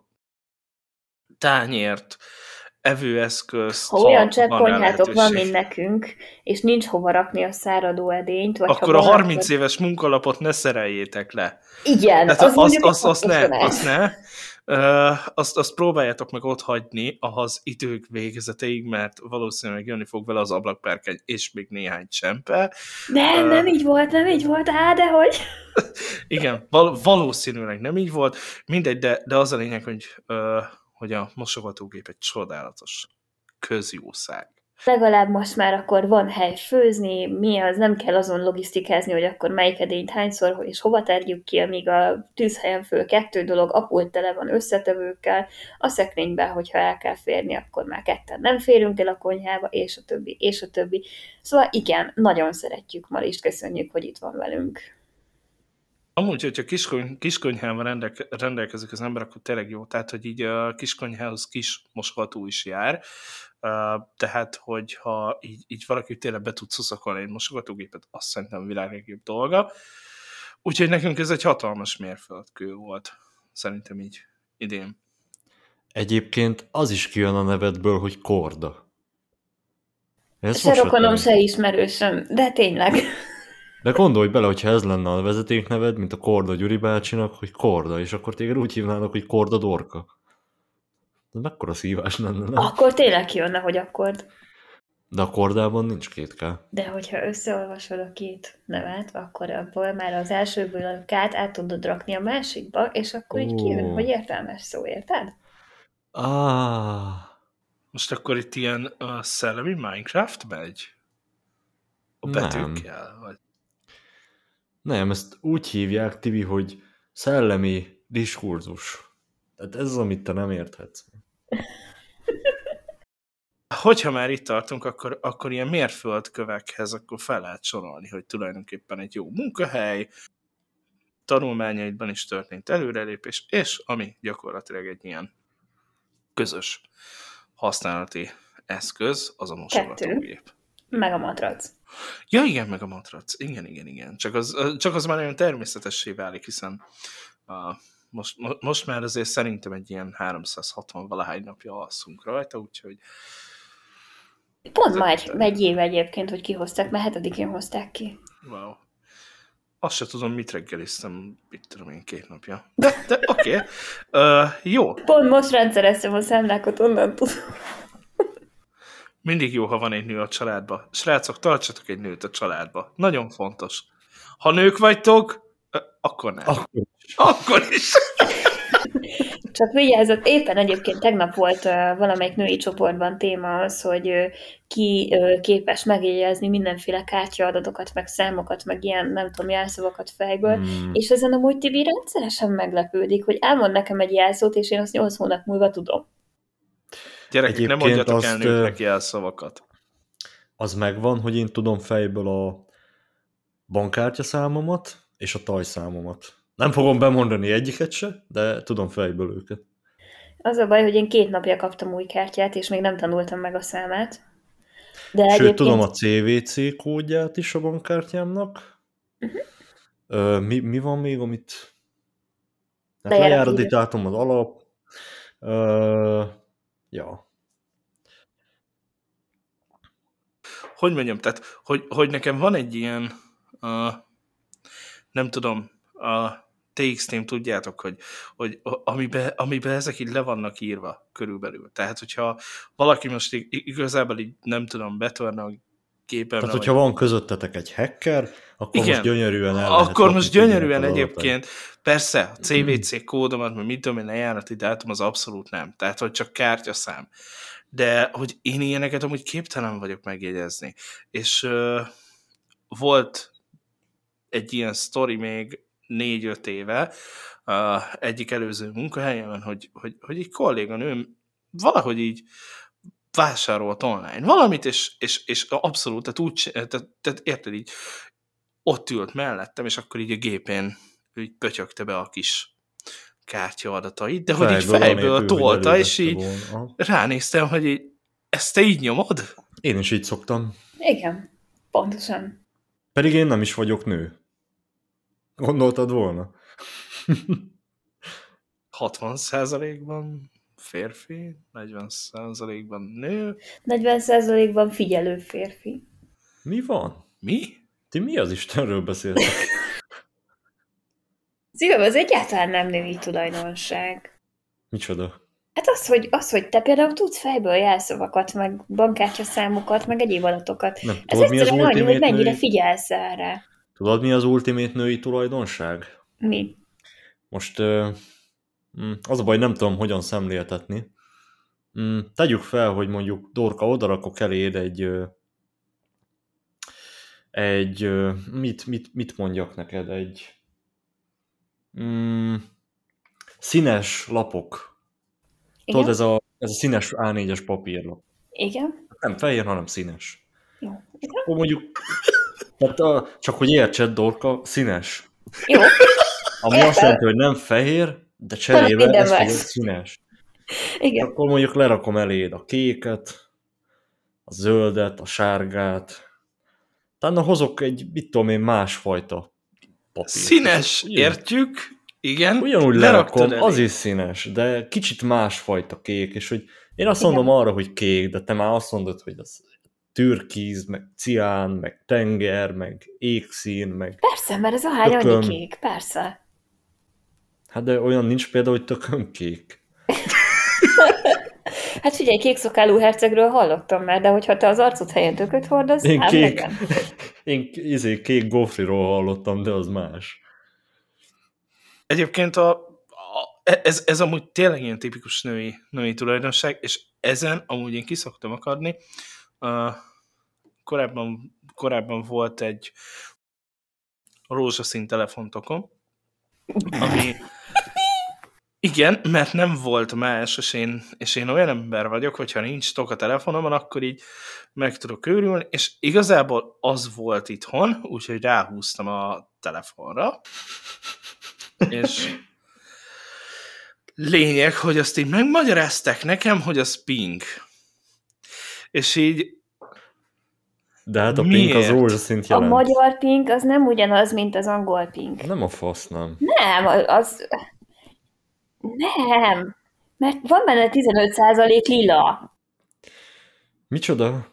tányért, evőeszközt, Ha olyan van rá cseppkonyhátok van, lehetőség, mint nekünk, és nincs hova rakni a száradó edényt, vagy akkor ha a van, harminc akkor... éves munkalapot ne szereljétek le. Igen, Tehát az, azt, mondjuk azt, egy azt ne, fontos azt ne. Uh, azt, azt próbáljátok meg ott hagyni az idők végezeteig, mert valószínűleg jönni fog vele az ablakpárkány, és még néhány csempe. Nem, Uh, nem így volt, nem így volt, á, dehogy. Igen, val- valószínűleg nem így volt. Mindegy, de, de az a lényeg, hogy, uh, hogy a mosogatógép egy csodálatos közjószág. Legalább most már akkor van hely főzni, mi az, nem kell azon logisztikázni, hogy akkor melyik edényt hányszor és hova terjük ki, amíg a tűzhelyen föl kettő dolog, a pult tele van összetevőkkel, a szekrényben, hogyha el kell férni, akkor már ketten nem férünk el a konyhába, és a többi, és a többi. Szóval igen, nagyon szeretjük Marist, köszönjük, hogy itt van velünk. Amúgy, hogyha kiskony, kiskonyhával rendelke, rendelkezik az ember, akkor tényleg jó. Tehát, hogy így a kiskonyhához kis mosogató is jár. Uh, tehát, hogyha így, így valaki tényleg be tud szuszakolni egy mosogatógépet, azt szerintem a világ legjobb dolga. Úgyhogy nekünk ez egy hatalmas mérföldkő volt. Szerintem így idén. Egyébként az is kijön a nevedből, hogy korda. Ez Se most rokonom, vettem. se ismerősöm, de tényleg. De gondolj bele, hogyha ez lenne a vezetékneved, mint a Korda Gyuri bácsinak, hogy Korda, és akkor téged úgy hívnának, hogy Korda Dorka. Ez mekkora szívás lenne, nem? Akkor tényleg kijönne, hogy akkord. De a Kordában nincs két K. De hogyha összeolvasod a két nevet, akkor abból már az elsőből a K-t át tudod rakni a másikba, és akkor így kijön, Ó. hogy értelmes szó, érted? Ah, Most akkor itt ilyen uh, szellemi Minecraft megy? A Nem. betűkkel? Vagy... nem, ezt úgy hívják, Tibi, hogy szellemi diskurzus. Tehát ez az, amit te nem érthetsz. Hogyha már itt tartunk, akkor, akkor ilyen mérföldkövekhez akkor fel lehet sorolni, hogy tulajdonképpen egy jó munkahely, tanulmányaidban is történt előrelépés, és ami gyakorlatilag egy ilyen közös használati eszköz, az a mosogatógép. Meg a matrac. Ja, igen, meg a matrac. Igen, igen, igen. Csak az, csak az már nagyon természetessé válik, hiszen uh, most, mo- most már azért szerintem egy ilyen háromszázhatvan valahány napja alszunk rajta, úgyhogy Pont ez ma egy, egy- egy év egyébként, hogy kihozták, mert hetedikén hozták ki. wow. Azt se tudom, mit reggeliztem, mit tudom én, két napja. De, de oké. Okay. Uh, jó. Pont most rendszereztem a számlákat, onnan tudom. Mindig jó, ha van egy nő a családba. Srácok, tartsatok egy nőt a családba. Nagyon fontos. Ha nők vagytok, uh, akkor nem. Akkor Akkor is. Csak vigyázzat, éppen egyébként tegnap volt uh, valamelyik női csoportban téma az, hogy uh, ki uh, képes megjegyezni mindenféle kártyaadatokat, meg számokat, meg ilyen, nem tudom, jelszavakat fejből, Hmm. és ezen a múlt Tibi rendszeresen meglepődik, hogy elmond nekem egy jelszót, és én azt nyolc hónap múlva tudom. Gyerekek, nem Egyébként mondjatok el azt, nőknek jelszavakat. az megvan, hogy én tudom fejből a bankkártyaszámomat és a tajszámomat. Nem fogom bemondani egyiket se, de tudom fejből őket. Az a baj, hogy én két napja kaptam új kártyát, és még nem tanultam meg a számát. De Sőt, egyébként... tudom a cé vé cé kódját is a bankkártyámnak. Uh-huh. Ö, mi, mi van még, amit... Hát Lejárati lejárati idő. dátum az alap. Ö, ja. Hogy mondjam, tehát, hogy, hogy nekem van egy ilyen, uh, nem tudom, a té iksz té-m tudjátok, hogy, hogy amiben, amiben ezek így le vannak írva körülbelül. Tehát, hogyha valaki most ig- igazából így nem tudom, betörne a gépemre. Tehát, hogyha van közöttetek egy hacker, akkor igen, most gyönyörűen el lehet akkor most lopni gyönyörűen az egyébként, persze, a cé vé cé kódomat, mert mit tudom én, lejárati dátum, az abszolút nem. Tehát, hogy csak kártyaszám. De, hogy én ilyeneket amúgy képtelen vagyok megjegyezni. És uh, volt egy ilyen sztori még négy-öt éve uh, egyik előző munkahelyemen, hogy, hogy, hogy egy kolléganőm valahogy így vásárolt online valamit, és, és, és abszolút, tehát úgy, tehát, tehát érted így, ott ült mellettem, és akkor így a gépén így pötyögte be a kis kártya adatait, de hogy így fejből tolta, és így volna. Ránéztem, hogy így, ezt te így nyomod? Én is így szoktam. Igen, pontosan. Pedig én nem is vagyok nő. Gondoltad volna? hatvan százalékban férfi, negyven százalékban nő. negyven százalékban figyelő férfi. Mi van? Mi? Ti mi az Istenről beszéltek? Szívem, az egyáltalán nem női tulajdonság. Micsoda? Hát az, hogy, az, hogy te például tudsz fejből jelszavakat, meg bankkártyaszámokat, meg egyéb adatokat. Nem, Ez tudod, mi az egyszerűen annyi, hogy ultimate mennyire női... figyelsz erre. Tudod, mi az ultimate női tulajdonság? Mi? Most uh, az a baj, nem tudom, hogyan szemléltetni. Mm, tegyük fel, hogy mondjuk Dorka, odarakok eléd egy uh, egy uh, mit, mit, mit mondjak neked? Egy mm, színes lapok. Igen? Tudod, ez a, ez a színes á négyes papírlap. Igen? Nem fehér, hanem színes. Jó. Igen? Akkor mondjuk, tehát a, csak hogy értsed, Dorka, színes. Jó. Ami azt jelenti, hogy nem fehér, de cserébe ez tudod, színes. Igen. Akkor mondjuk lerakom eléd a kéket, a zöldet, a sárgát. Talán hozok egy, mit tudom én, másfajta papírt. Színes, értjük, igen. Ugyanúgy lerakom, az is színes, de kicsit másfajta kék, és hogy én azt mondom arra, hogy kék, de te már azt mondod, hogy az türkíz, meg cián, meg tenger, meg égszín, meg... Persze, mert ez a hány annyi kék, persze. Hát de olyan nincs például, hogy tököm kék. Hát figyelj, kékszokálú hercegről hallottam már, de hogyha te az arcod helyen tököt hordasz, én ám kék, igen. Én izé, kék gofriról hallottam, de az más. Egyébként a, a, ez, ez amúgy tényleg ilyen tipikus női, női tulajdonság, és ezen amúgy én kiszoktam akadni. Uh, korábban, korábban volt egy rózsaszín telefontokom, ami igen, mert nem volt más, és én, és én olyan ember vagyok, hogyha nincs tok a telefonomon, akkor így meg tudok őrülni, és igazából az volt itthon, úgyhogy ráhúztam a telefonra, és lényeg, hogy azt így megmagyarázták nekem, hogy az ping. És így De hát a pink az Miért? rózsaszint A jelent. magyar pink az nem ugyanaz, mint az angol pink. Nem a fasz, nem. Nem, az... Nem, mert van benne tizenöt százalék lila. Micsoda?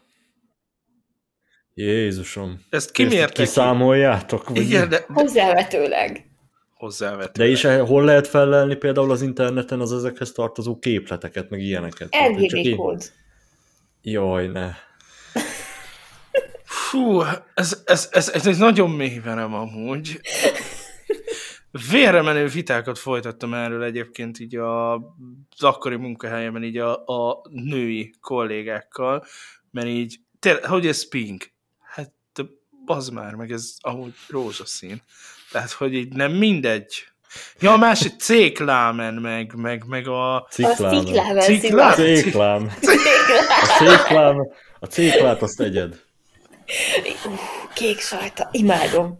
Jézusom. Ezt Ti ezt kimérte ki? kiszámoljátok? Vagy Igen, mi? de, de Hozzávetőleg. hozzávetőleg. De is hol lehet felelni például az interneten az ezekhez tartozó képleteket, meg ilyeneket? Tehát, hogy csak er gé bé én- kód. Jaj, ne. Fú, ez, ez, ez, ez egy nagyon mély verem amúgy. Vérremenő vitákat folytattam erről egyébként így a, az akkori munkahelyemen így a, a női kollégákkal, mert így, tényleg, hogy ez pink? Hát az már, meg ez amúgy rózsaszín. Tehát, hogy így nem mindegy. Ja, a másik céklámen, meg, meg, meg a... A Ciklám. sziklámen Ciklám? szivart. Céklám. A céklám, a céklát azt egyed. Kék sajta, imádom.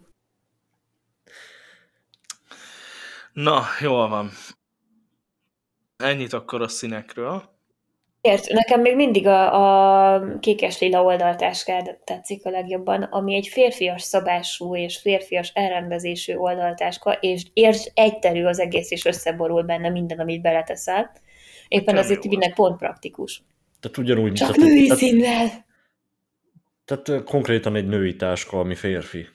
Na, jól van. Ennyit akkor a színekről. Ért, nekem még mindig a, a kékes-lila oldaltáskád tetszik a legjobban, ami egy férfias szabású és férfias elrendezésű oldaltáska, és és egyterű az egész, és összeborul benne minden, amit beleteszel. Éppen Nekem ezért jó Tibinek pont praktikus. Tehát ugyanúgy... Csak tehát, női tehát, színvel. tehát konkrétan egy női táska, ami férfi.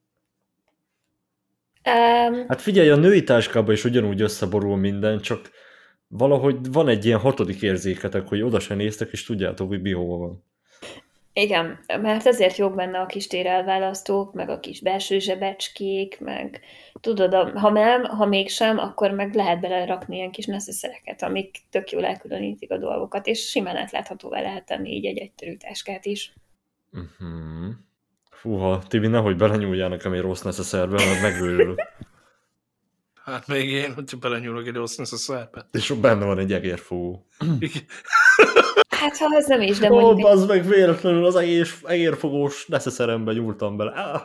Um, Hát figyelj, a női táskában is ugyanúgy összeborul minden, csak valahogy van egy ilyen hatodik érzéketek, hogy oda se néztek, és tudjátok, hogy mi hova van. igen, mert ezért jók benne a kis térelválasztók, meg a kis belső zsebecskék, meg tudod, a- ha nem, ha mégsem, akkor meg lehet belerakni ilyen kis neszeszereket, amik tök jól elkülönítik a dolgokat, és simán átláthatóvá lehet tenni így egy egyterű táskát is. Uh-huh. Fúha, Tibi, nehogy belenyúljál nekem egy rossz neszeszerbe, mert megőrülök. Hát még én, hogyha belenyúlok egy rossz lesz a szerbe. És ott benne van egy egérfogó. Hát, ha ez nem is, de Ó, mondjuk egy... bazd meg, véletlenül az egér, egérfogós neszeszerembe nyúltam bele. Ah!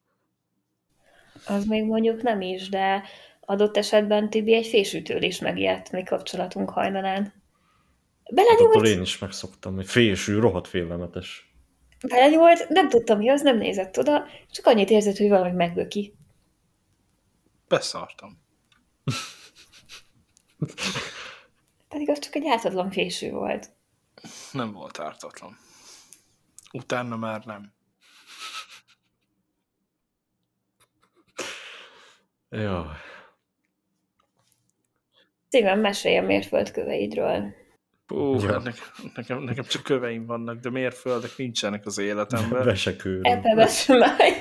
az még mondjuk nem is, de adott esetben Tibi egy fésűtől is megijedt mi kapcsolatunk hajnalán. Hát akkor Belenyúlt, én is megszoktam, hogy fésű, rohadt félelmetes. belenyúlt, nem tudtam mi az, nem nézett oda, csak annyit érzett, hogy valami megböki. Beszartam. Pedig az csak egy ártatlan fésű volt. Nem volt ártatlan. Utána már nem. Jaj. Szívem, mesélj a mérföldköveidről. Pú, Ja. hát nekem, nekem, nekem csak köveim vannak, de mérföldek nincsenek az életemben. Vesekőröm. Ebbe besemáj.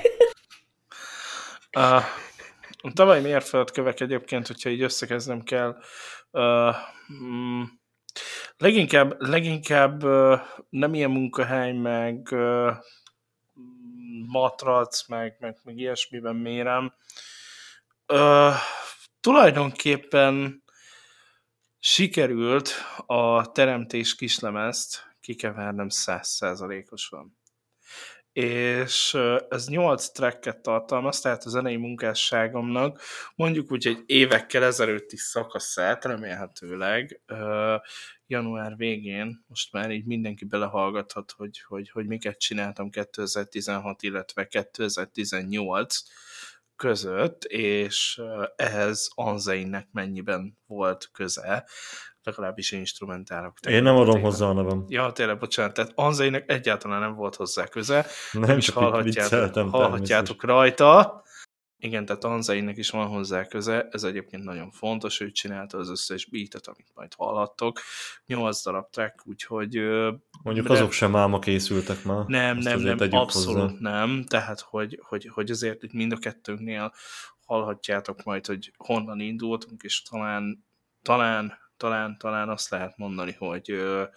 Uh, a tavalyi mérföldkövek egyébként, hogyha így összekezdem kell, uh, mm, leginkább, leginkább uh, nem ilyen munkahely, meg uh, matrac, meg, meg, meg ilyesmiben mérem. Uh, tulajdonképpen sikerült a teremtés kislemezt kikevernem száz százalékosan. És ez nyolc tracket tartalmaz, tehát a zenei munkásságomnak mondjuk úgy egy évekkel ezelőtti szakaszát remélhetőleg uh, január végén, most már így mindenki belehallgathat, hogy, hogy, hogy miket csináltam kétezer-tizenhat, illetve kétezer-tizennyolc között, és uh, ehhez Anzeinnek mennyiben volt köze, legalábbis instrumentálok. Én nem adom hozzá a nevem. Ja, tényleg, bocsánat, tehát Anzeinek egyáltalán nem volt hozzá köze. Nem, is csak itt hallhatjátok, vicceltem hallhatjátok rajta. Igen, tehát Anzeinek is van hozzá köze, ez egyébként nagyon fontos, ő csinálta az összes beatet, amit majd hallhattok. Nyolc darab track, úgyhogy... Mondjuk de... azok sem álma készültek már. Nem, Ezt nem, nem, abszolút hozzá. nem. Tehát, hogy, hogy, hogy azért itt mind a kettőnknél hallhatjátok majd, hogy honnan indultunk, és talán, talán, talán, talán azt lehet mondani, hogy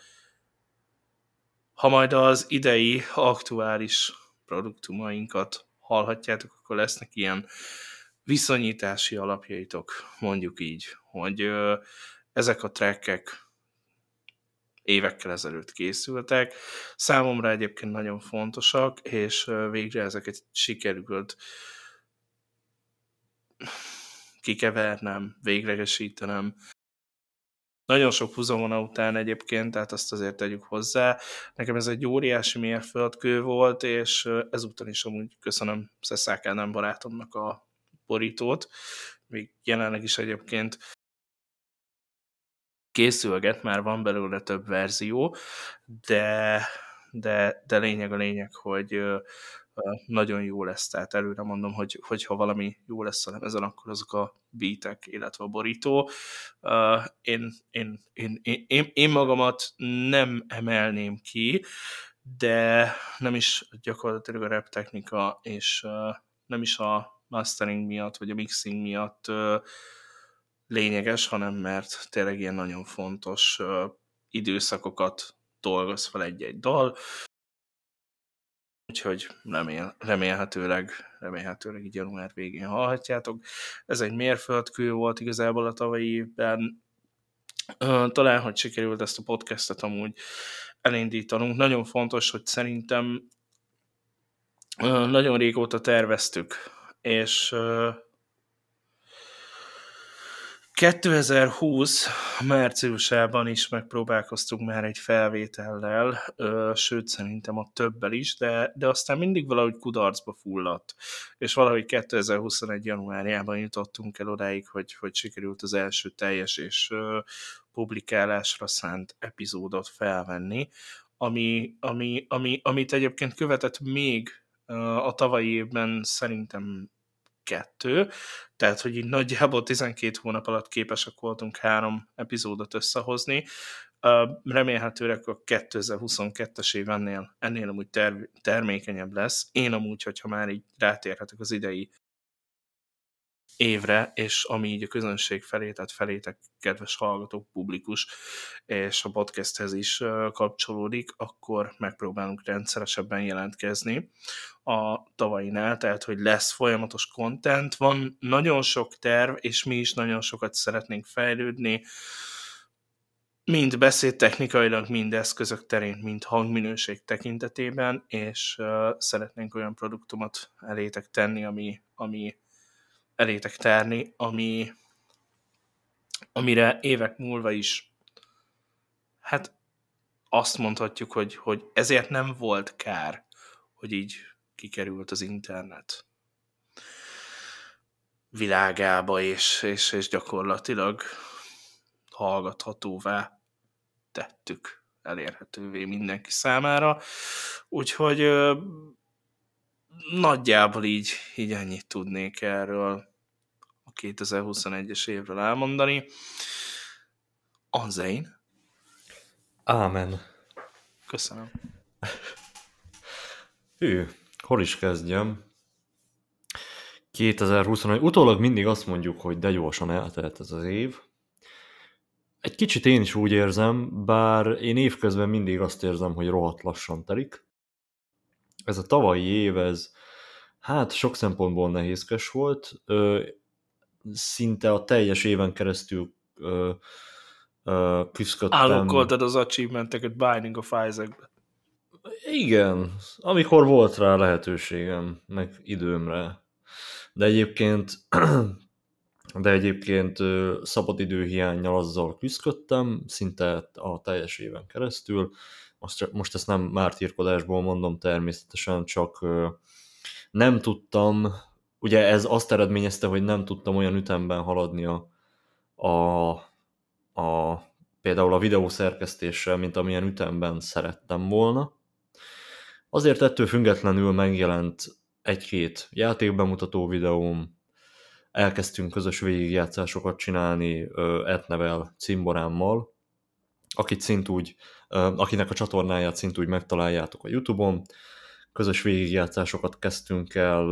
ha majd az idei aktuális produktumainkat hallhatjátok, akkor lesznek ilyen viszonyítási alapjaitok, mondjuk így, hogy ö, ezek a trackek évekkel ezelőtt készültek. Számomra egyébként nagyon fontosak, és ö, végre ezeket sikerült kikevernem, véglegesítenem, nagyon sok húzavona után egyébként, tehát azt azért tegyük hozzá. Nekem ez egy óriási mérföldkő volt, és ezúttal is amúgy köszönöm Szeszák Ádám barátomnak a borítót. Még jelenleg is egyébként készülget, már van belőle több verzió, de, de, de lényeg a lényeg, hogy nagyon jó lesz, tehát előre mondom, hogy, hogy ha valami jó lesz a lemezen, akkor azok a beatek, illetve a borító. Én, én, én, én, én magamat nem emelném ki, de nem is gyakorlatilag a rap technika, és nem is a mastering miatt, vagy a mixing miatt lényeges, hanem mert tényleg ilyen nagyon fontos időszakokat dolgoz fel egy-egy dal, úgyhogy remél, remélhetőleg, remélhetőleg így január végén hallhatjátok. Ez egy mérföldkő volt igazából a tavalyi évben. Talán, hogy sikerült ezt a podcastet amúgy elindítanunk. Nagyon fontos, hogy szerintem nagyon régóta terveztük, és kétezer-húsz márciusában is megpróbálkoztunk már egy felvétellel, sőt szerintem a többel is, de, de aztán mindig valahogy kudarcba fulladt. És valahogy kétezer-huszonegy januárjában jutottunk el odáig, hogy, hogy sikerült az első teljes és publikálásra szánt epizódot felvenni, ami, ami, ami, amit egyébként követett még a tavalyi évben szerintem kettő, tehát hogy így nagyjából tizenkét hónap alatt képesek voltunk három epizódot összehozni. Remélhetőleg a kétezer-huszonkettes év ennél, ennél amúgy ter- termékenyebb lesz. Én amúgy, hogyha már így rátérhetek az idei évre, és ami így a közönség felé, tehát felétek, kedves hallgatók, publikus, és a podcasthez is kapcsolódik, akkor megpróbálunk rendszeresebben jelentkezni a tavainál, tehát hogy lesz folyamatos content, van nagyon sok terv, és mi is nagyon sokat szeretnénk fejlődni, mind beszédtechnikailag, mind eszközök terén, mind hangminőség tekintetében, és szeretnénk olyan produktumot elétek tenni, ami, ami elétek tárni, ami, amire évek múlva is hát azt mondhatjuk, hogy, hogy ezért nem volt kár, hogy így kikerült az internet világába, és, és, és gyakorlatilag hallgathatóvá tettük, elérhetővé mindenki számára. Úgyhogy ö, nagyjából így, így ennyit tudnék erről a kétezer-huszonegyes évről elmondani. Anzein. Ámen. Köszönöm. Hű, hol is kezdjem? kétezer-huszonegy. Utólag mindig azt mondjuk, hogy de gyorsan eltelt ez az év. Egy kicsit én is úgy érzem, bár én évközben mindig azt érzem, hogy rohadt lassan telik. Ez a tavalyi év, ez hát sok szempontból nehézkes volt. Ö, szinte a teljes éven keresztül ö, ö, küzdöttem. Állokkoltad az achievementeket Binding of Isaac-be. Igen, amikor volt rá lehetőségem, meg időmre. De egyébként, de egyébként szabadidő hiánnyal azzal küzdöttem, szinte a teljes éven keresztül. Most, most ezt nem mártírkodásból mondom természetesen, csak nem tudtam, ugye ez azt eredményezte, hogy nem tudtam olyan ütemben haladni a, a, a például a videószerkesztéssel, mint amilyen ütemben szerettem volna. Azért ettől függetlenül megjelent egy-két játékbemutató videóm, elkezdtünk közös végigjátszásokat csinálni Etnevel cimborámmal, akit szintúgy, akinek a csatornáját szintúgy megtaláljátok a YouTube-on. Közös végigjátszásokat kezdtünk el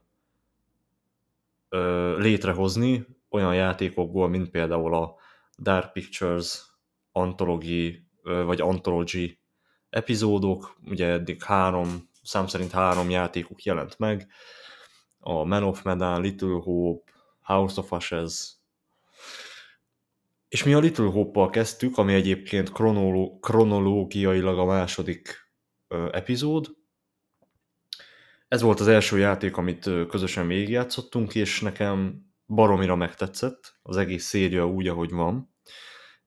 létrehozni olyan játékokból, mint például a Dark Pictures Anthology, vagy Anthology epizódok, ugye eddig három, szám szerint három játékuk jelent meg, a Man of Medan, Little Hope, House of Ashes, és mi a Little Hope-pal kezdtük, ami egyébként kronoló- kronológiailag a második ö, epizód. Ez volt az első játék, amit ö, közösen végigjátszottunk, és nekem baromira megtetszett az egész széria úgy, ahogy van.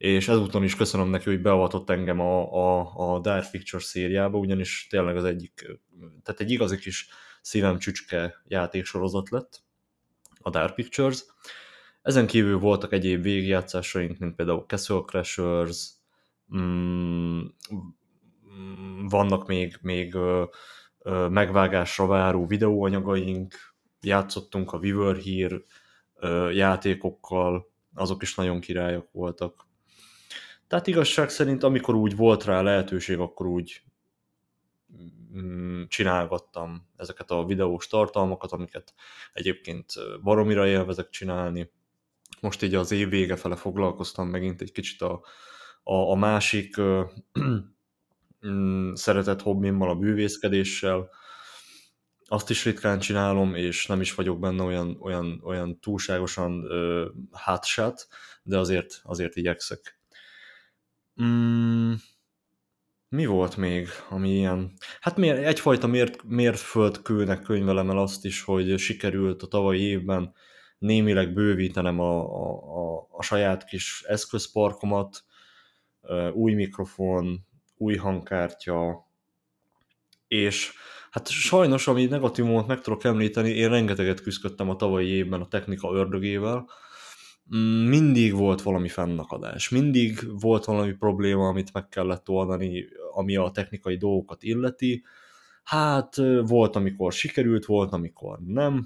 és ezúton is köszönöm neki, hogy beavatott engem a, a, a Dark Pictures szériába, ugyanis tényleg az egyik, tehát egy igazi kis szívem csücske játéksorozat lett, a Dark Pictures. Ezen kívül voltak egyéb végigjátszásaink, mint például Castle Crashers, mm, vannak még, még ö, ö, megvágásra váró videóanyagaink, játszottunk a We Were Here ö, játékokkal, azok is nagyon királyak voltak. Tehát igazság szerint, amikor úgy volt rá lehetőség, akkor úgy mm, csinálgattam ezeket a videós tartalmakat, amiket egyébként baromira élvezek csinálni. Most így az év vége fele foglalkoztam megint egy kicsit a, a, a másik ö, mm, szeretett hobbimmal, a bűvészkedéssel. Azt is ritkán csinálom, és nem is vagyok benne olyan, olyan, olyan túlságosan ö, hotshot, de azért, azért igyekszek. Mm, mi volt még, ami ilyen... Hát egyfajta mért, mértföldkőnek könyvelem el azt is, hogy sikerült a tavalyi évben némileg bővítenem a, a, a, a saját kis eszközparkomat, új mikrofon, új hangkártya, és hát sajnos, ami negatívumot meg tudok említeni, én rengeteget küzdöttem a tavalyi évben a technika ördögével. Mindig volt valami fennakadás, mindig volt valami probléma, amit meg kellett oldani, ami a technikai dolgokat illeti. Hát volt, amikor sikerült, volt, amikor nem.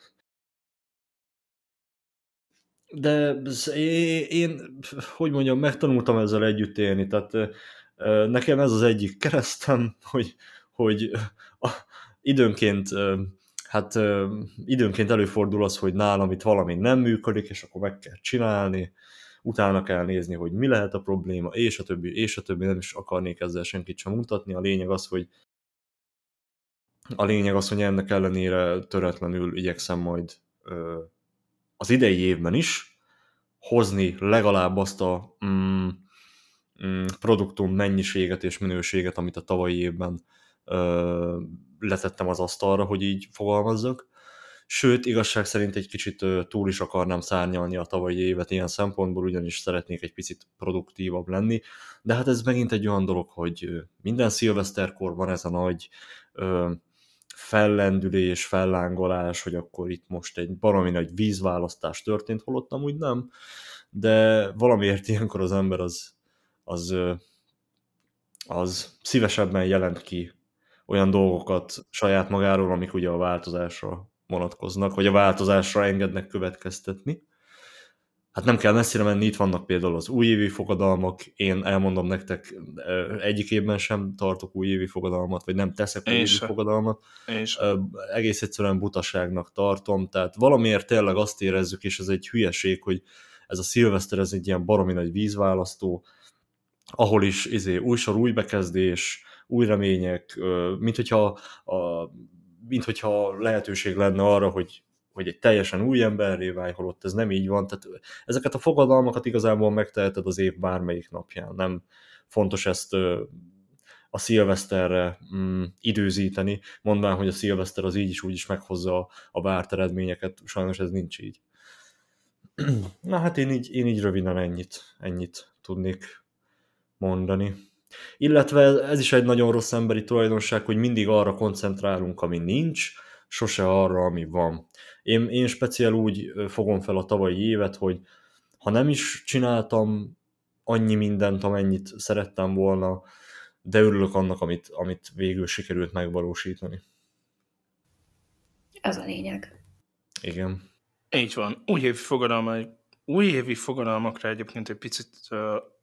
De én, hogy mondjam, megtanultam ezzel együtt élni, tehát nekem ez az egyik keresztem, hogy, hogy időnként, hát időnként előfordul az, hogy nálam itt valami nem működik, és akkor meg kell csinálni, utána kell nézni, hogy mi lehet a probléma, és a többi, és a többi, nem is akarnék ezzel senkit sem mutatni. A lényeg az, hogy a lényeg az, hogy ennek ellenére töretlenül igyekszem majd az idei évben is hozni legalább azt a mm, mm, produktum mennyiséget és minőséget, amit a tavalyi évben ö, letettem az asztalra, hogy így fogalmazzak. Sőt, igazság szerint egy kicsit ö, túl is akarnám szárnyalni a tavalyi évet ilyen szempontból, ugyanis szeretnék egy picit produktívabb lenni, de hát ez megint egy olyan dolog, hogy minden szilveszterkor van ez a nagy ö, fellendülés, fellángolás, hogy akkor itt most egy baromi nagy vízválasztás történt, holott amúgy nem, de valamiért ilyenkor az ember az, az, az szívesebben jelent ki olyan dolgokat saját magáról, amik ugye a változásra vonatkoznak, vagy a változásra engednek következtetni. Hát nem kell messzire menni, itt vannak például az újévi fogadalmak, én elmondom nektek, egyik évben sem tartok újévi fogadalmat, vagy nem teszek újévi fogadalmat. Egész egyszerűen butaságnak tartom, tehát valamiért tényleg azt érezzük, és ez egy hülyeség, hogy ez a szilveszter, ez egy ilyen baromi nagy vízválasztó, ahol is izé, új sor, új bekezdés, új remények, mint hogyha, a, mint hogyha lehetőség lenne arra, hogy hogy egy teljesen új emberré válj, holott ez nem így van. Tehát ezeket a fogadalmakat igazából megteheted az év bármelyik napján. Nem fontos ezt a szilveszterre mm, időzíteni, mondván, hogy a szilveszter az így is úgy is meghozza a várt eredményeket. Sajnos ez nincs így. Na hát én így, én így röviden ennyit, ennyit tudnék mondani. Illetve ez is egy nagyon rossz emberi tulajdonság, hogy mindig arra koncentrálunk, ami nincs, sose arra, ami van. Én, én speciál úgy fogom fel a tavalyi évet, hogy ha nem is csináltam annyi mindent, amennyit szerettem volna, de örülök annak, amit, amit végül sikerült megvalósítani. Ez a lényeg. Igen. Így van. Újévi fogadalmak, újévi fogadalmakra egyébként egy picit uh,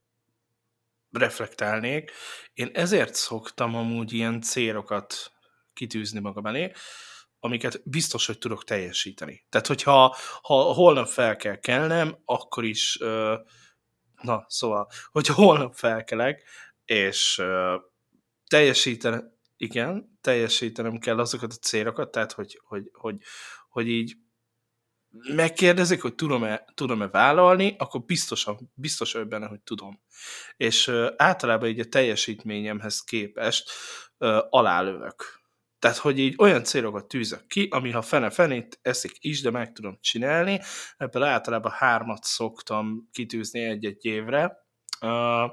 reflektálnék. Én ezért szoktam amúgy ilyen célokat kitűzni magam elé, amiket biztos, hogy tudok teljesíteni. Tehát, hogyha ha holnap fel kell kelnem, akkor is, uh, na, szóval, hogyha holnap felkelek, és uh, teljesítenem, igen, teljesítenem kell azokat a célokat, tehát, hogy, hogy, hogy, hogy így megkérdezik, hogy tudom-e, tudom-e vállalni, akkor biztosan, biztos vagyok benne, hogy tudom. És uh, általában így a teljesítményemhez képest uh, alálövök. Tehát, hogy így olyan célokat tűzök ki, ami ha fene-fenét eszik is, de meg tudom csinálni. Ebből általában hármat szoktam kitűzni egy-egy évre, Uh,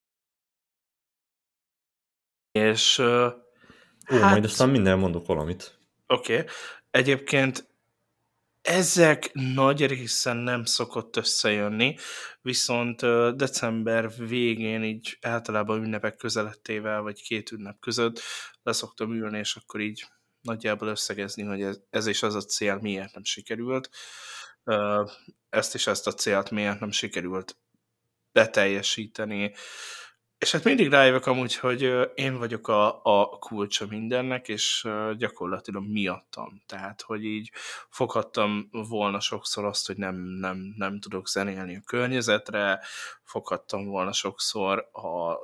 és uh, Ó, hát, majd aztán minden mondok valamit. Oké. Okay. Egyébként ezek nagy részen nem szokott összejönni, viszont uh, december végén így általában ünnepek közelettével, vagy két ünnep között leszoktam ülni, és akkor így nagyjából összegezni, hogy ez, ez és az a cél miért nem sikerült. Uh, ezt és ezt a célt miért nem sikerült beteljesíteni. És hát mindig rájövök amúgy, hogy én vagyok a, a kulcsa mindennek, és gyakorlatilag miattam. Tehát, hogy így foghattam volna sokszor azt, hogy nem, nem, nem tudok zenélni a környezetre, foghattam volna sokszor a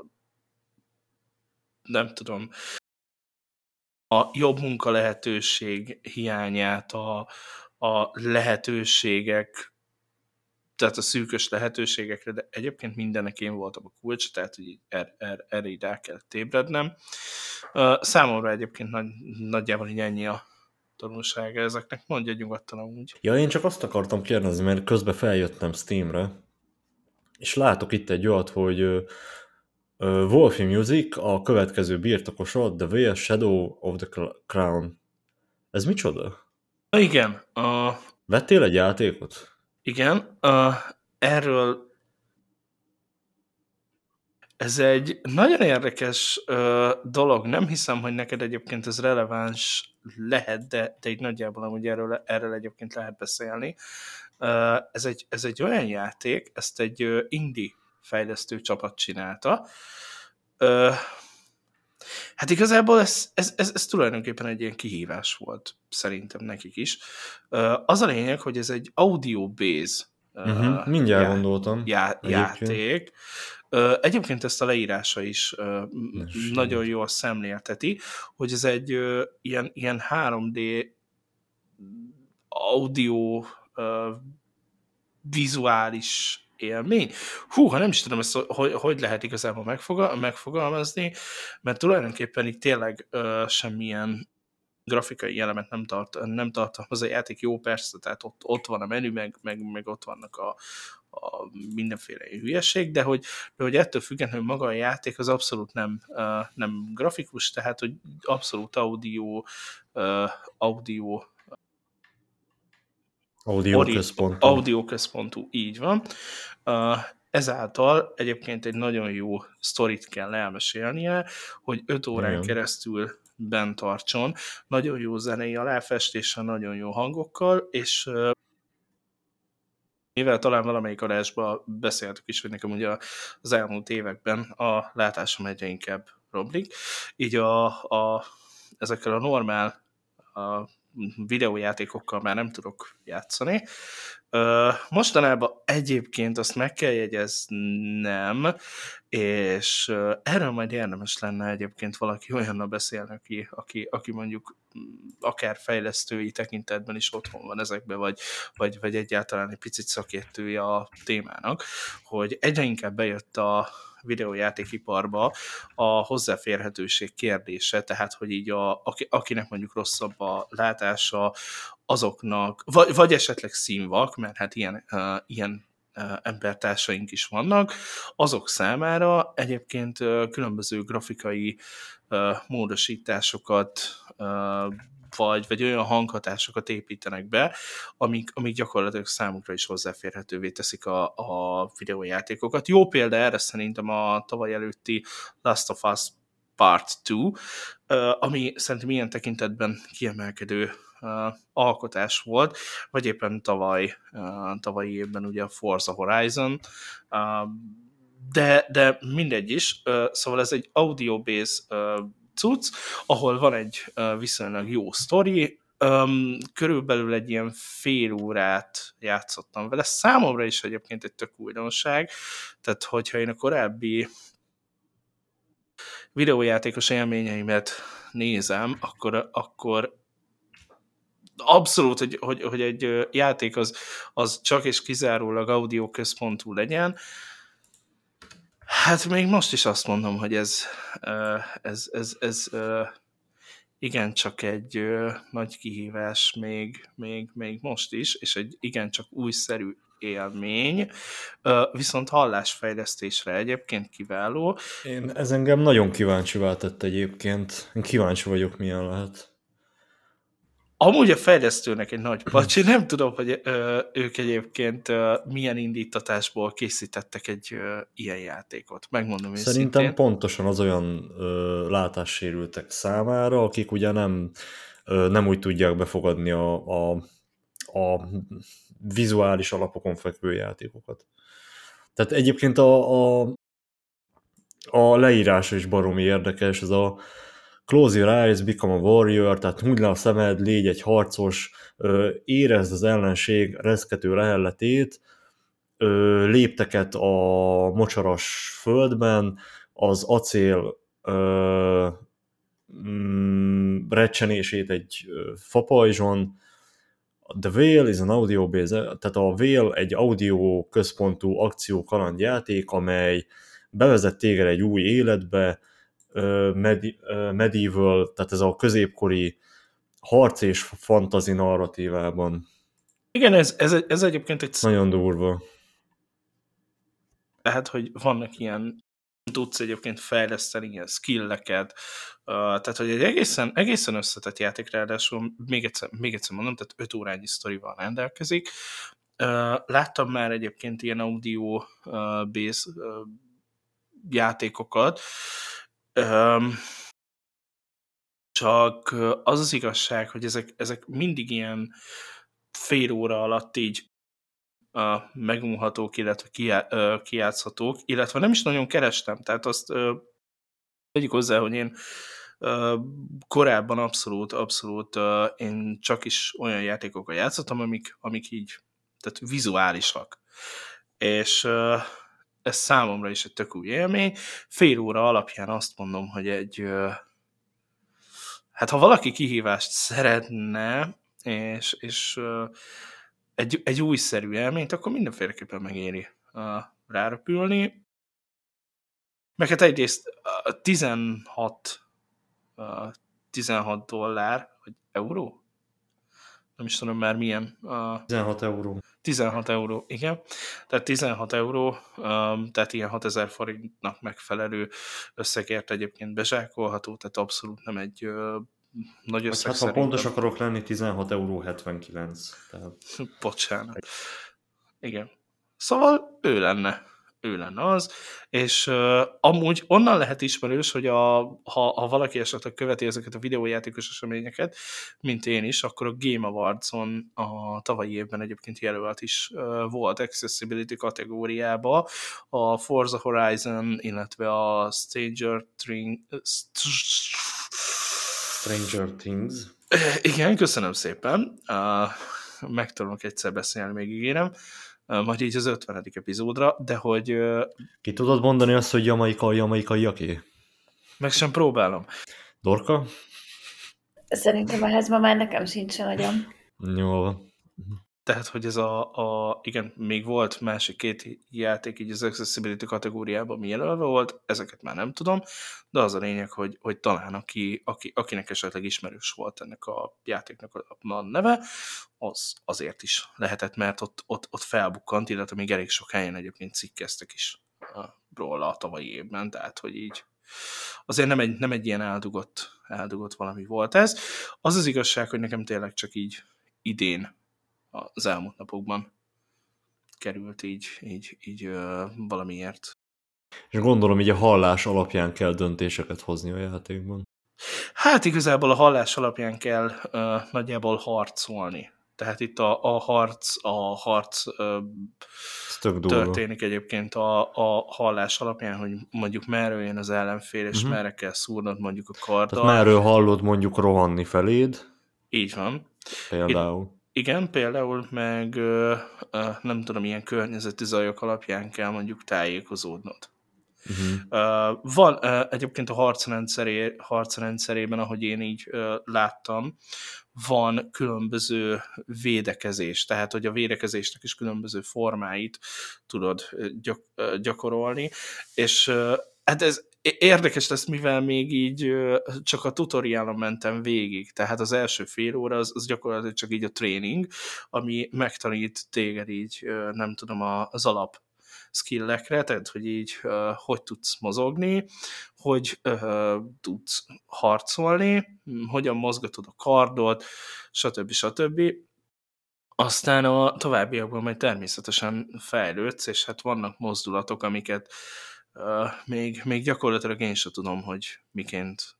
nem tudom, a jobb munka lehetőség hiányát, a, a lehetőségek, tehát a szűkös lehetőségekre, de egyébként mindennek én voltam a kulcs, tehát hogy erre er, er, így rá kellett ébrednem. Uh, számomra egyébként nagy, nagyjából így ennyi a tanulsága ezeknek, mondja nyugodtan amúgy. Ja, én csak azt akartam kérdezni, mert közben feljöttem Steamre, és látok itt egy olyat, hogy uh, Wolfie Music, a következő birtokosa, The Way Shadow of the Crown. Ez micsoda? Igen. Uh, Vettél egy játékot? Igen. Uh, erről ez egy nagyon érdekes uh, dolog. Nem hiszem, hogy neked egyébként ez releváns lehet, de, de így nagyjából amúgy erről, erről egyébként lehet beszélni. Uh, ez, egy, ez egy olyan játék, ezt egy uh, indie fejlesztő csapat csinálta. Uh, hát igazából ez, ez, ez, ez tulajdonképpen egy ilyen kihívás volt, szerintem nekik is. Uh, az a lényeg, hogy ez egy audio-base uh, Uh-huh, mindjárt já, gondoltam. Já, játék. Uh, egyébként ezt a leírása is uh, nagyon jól szemlélteti, hogy ez egy uh, ilyen, ilyen három dé audio uh, vizuális élmény. Hú, ha nem is tudom ezt, hogy, hogy lehet igazából megfogal, megfogalmazni, mert tulajdonképpen itt tényleg uh, semmilyen grafikai elemet nem, tart, nem tartalmaz a játék. Jó, persze, tehát ott, ott van a menü, meg, meg, meg ott vannak a, a mindenféle hülyeség, de hogy, de hogy ettől függetlenül maga a játék az abszolút nem, uh, nem grafikus, tehát hogy abszolút audio, uh, audio Audióközpontú. Audióközpontú, így van. Uh, ezáltal egyébként egy nagyon jó sztorit kell elmesélnie, hogy öt órán Igen. keresztül bent tartson, nagyon jó zenei aláfestéssel, nagyon jó hangokkal, és uh, mivel talán valamelyik adásban beszéltük is, hogy nekem ugye az elmúlt években a látásom egyre inkább romlik, így a, a, ezekkel a normál a videójátékokkal már nem tudok játszani. Mostanában egyébként azt meg kell jegyeznem, és erről majd érdemes lenne egyébként valaki olyannal beszélni, aki, aki, aki mondjuk akár fejlesztői tekintetben is otthon van ezekben, vagy, vagy, vagy egyáltalán egy picit szakértője a témának, hogy egyre inkább bejött a videójátékiparba a hozzáférhetőség kérdése, tehát hogy így a, akinek mondjuk rosszabb a látása, azoknak, vagy, vagy esetleg színvak, mert hát ilyen, uh, ilyen uh, embertársaink is vannak, azok számára egyébként uh, különböző grafikai uh, módosításokat uh, vagy, vagy olyan hanghatásokat építenek be, amik, amik gyakorlatilag számukra is hozzáférhetővé teszik a, a videójátékokat. Jó példa erre szerintem a tavaly előtti Last of Us Part kettő, ami szerintem ilyen tekintetben kiemelkedő alkotás volt, vagy éppen tavaly, tavalyi évben ugye a Forza Horizon, de, de mindegy is, szóval ez egy audio-based cucc, ahol van egy uh, viszonylag jó sztori, um, körülbelül egy ilyen fél órát játszottam vele, számomra is egyébként egy tök újdonság, tehát hogyha én a korábbi videójátékos élményeimet nézem, akkor, akkor abszolút, hogy, hogy, hogy egy játék az, az csak és kizárólag audio központú legyen. Hát még most is azt mondom, hogy ez, ez, ez, ez igencsak egy nagy kihívás még, még, még most is, és egy igencsak újszerű élmény, viszont hallásfejlesztésre egyébként kiváló. Én, ez engem nagyon kíváncsivá tett egyébként. Én kíváncsi vagyok, milyen lehet. Amúgy a fejlesztőnek egy nagy pacsi, nem tudom, hogy ö, ők egyébként ö, milyen indítatásból készítettek egy ö, ilyen játékot. Megmondom Szerintem őszintén. pontosan az olyan ö, látássérültek számára, akik ugye nem, ö, nem úgy tudják befogadni a, a, a vizuális alapokon fekvő játékokat. Tehát egyébként a, a, a leírása is baromi érdekes, ez a Close your eyes, become a warrior, tehát húgyd le a szemed, légy egy harcos, ö, érezd az ellenség reszkető lehelletét, ö, lépteket a mocsaras földben, az acél ö, mm, recsenését egy ö, fapajzson. The Whale is an audio based, tehát a Whale egy audio központú akció kalandjáték, amely bevezet téged egy új életbe, Medi- medieval, tehát ez a középkori harc és fantasy narratívában. Igen, ez, ez, ez egyébként egy... Nagyon durva. Tehát, hogy vannak ilyen, tudsz egyébként fejleszteni ilyen skilleket, uh, tehát, hogy egy egészen, egészen összetett játék, ráadásul még egyszer, még egyszer mondom, tehát öt órányi sztorival rendelkezik. Uh, láttam már egyébként ilyen audio uh, base uh, játékokat, um, csak az az igazság, hogy ezek, ezek mindig ilyen fél óra alatt így uh, megunhatók, illetve kijá, uh, kijátszhatók, illetve nem is nagyon kerestem, tehát azt uh, tegyük hozzá, hogy én uh, korábban abszolút, abszolút uh, én csak is olyan játékokkal játszottam, amik, amik így, tehát vizuálisak. És uh, ez számomra is egy tök új élmény. Fél óra alapján azt mondom, hogy egy uh, hát ha valaki kihívást szeretne, és, és uh, egy, egy újszerű élményt, akkor mindenféleképpen megéri uh, ráröpülni. Meg hát egyrészt uh, tizenhat, uh, tizenhat dollár, vagy euró? Nem is tudom már milyen. Uh, tizenhat euró. tizenhat euró, igen. Tehát tizenhat euró, um, tehát ilyen hatezer forintnak megfelelő összegért egyébként bezsákolható, tehát abszolút nem egy uh, nagy összeg. Hát, ha pontos akarok lenni, tizenhat euró hetvenkilenc. Tehát... Bocsánat. Igen. Szóval ő lenne. Ő lenne az, és uh, amúgy onnan lehet ismerős, hogy a, ha, ha valaki esetleg követi ezeket a videójátékos eseményeket, mint én is, akkor a Game Awards-on a tavalyi évben egyébként jelölt is uh, volt Accessibility kategóriába a Forza Horizon, illetve a Stranger Things... Stranger Things. Igen, köszönöm szépen. Uh, megtanulok egyszer beszélni, még ígérem. Uh, majd így az ötvenedik epizódra, de hogy... Uh, Ki tudod mondani azt, hogy Jamaika, Jamaikaiaké? meg sem próbálom. Dorka? Szerintem ehhez ma már nekem sincsen agyam. Jó. Tehát, hogy ez a, a... Igen, még volt másik két játék így az Accessibility kategóriában mi jelölve volt, ezeket már nem tudom, de az a lényeg, hogy, hogy talán aki, aki, akinek esetleg ismerős volt ennek a játéknak a, a neve, az azért is lehetett, mert ott, ott, ott felbukkant, illetve még elég sok helyen egyébként cikkeztek is róla a tavalyi évben, tehát, hogy így azért nem egy, nem egy ilyen eldugott, eldugott valami volt ez. Az az igazság, hogy nekem tényleg csak így idén az elmúlt napokban került így, így, így ö, valamiért. És gondolom, így a hallás alapján kell döntéseket hozni a játékban. Hát igazából a hallás alapján kell ö, nagyjából harcolni. Tehát itt a, a harc, a harc ö, történik egyébként a, a hallás alapján, hogy mondjuk merről jön az ellenfél, és uh-huh. merre kell szúrnod mondjuk a karddal. Tehát merről hallod mondjuk rohanni feléd. Így van. Például. Itt, igen, például meg ö, ö, nem tudom, ilyen környezeti zajok alapján kell mondjuk tájékozódnod. Uh-huh. Uh, van uh, egyébként a harcrendszeré, harcrendszerében, ahogy én így uh, láttam, van különböző védekezés, tehát hogy a védekezésnek is különböző formáit tudod gyak, uh, gyakorolni, és uh, hát ez érdekes lesz, mivel még így csak a tutoriálon mentem végig, tehát az első fél óra az, az gyakorlatilag csak így a tréning, ami megtanít téged így, nem tudom, az alap skillekre, tehát hogy így hogy tudsz mozogni, hogy tudsz harcolni, hogyan mozgatod a kardot, stb. stb. Aztán a továbbiakban majd természetesen fejlődsz, és hát vannak mozdulatok, amiket uh, még, még gyakorlatilag én sem tudom, hogy miként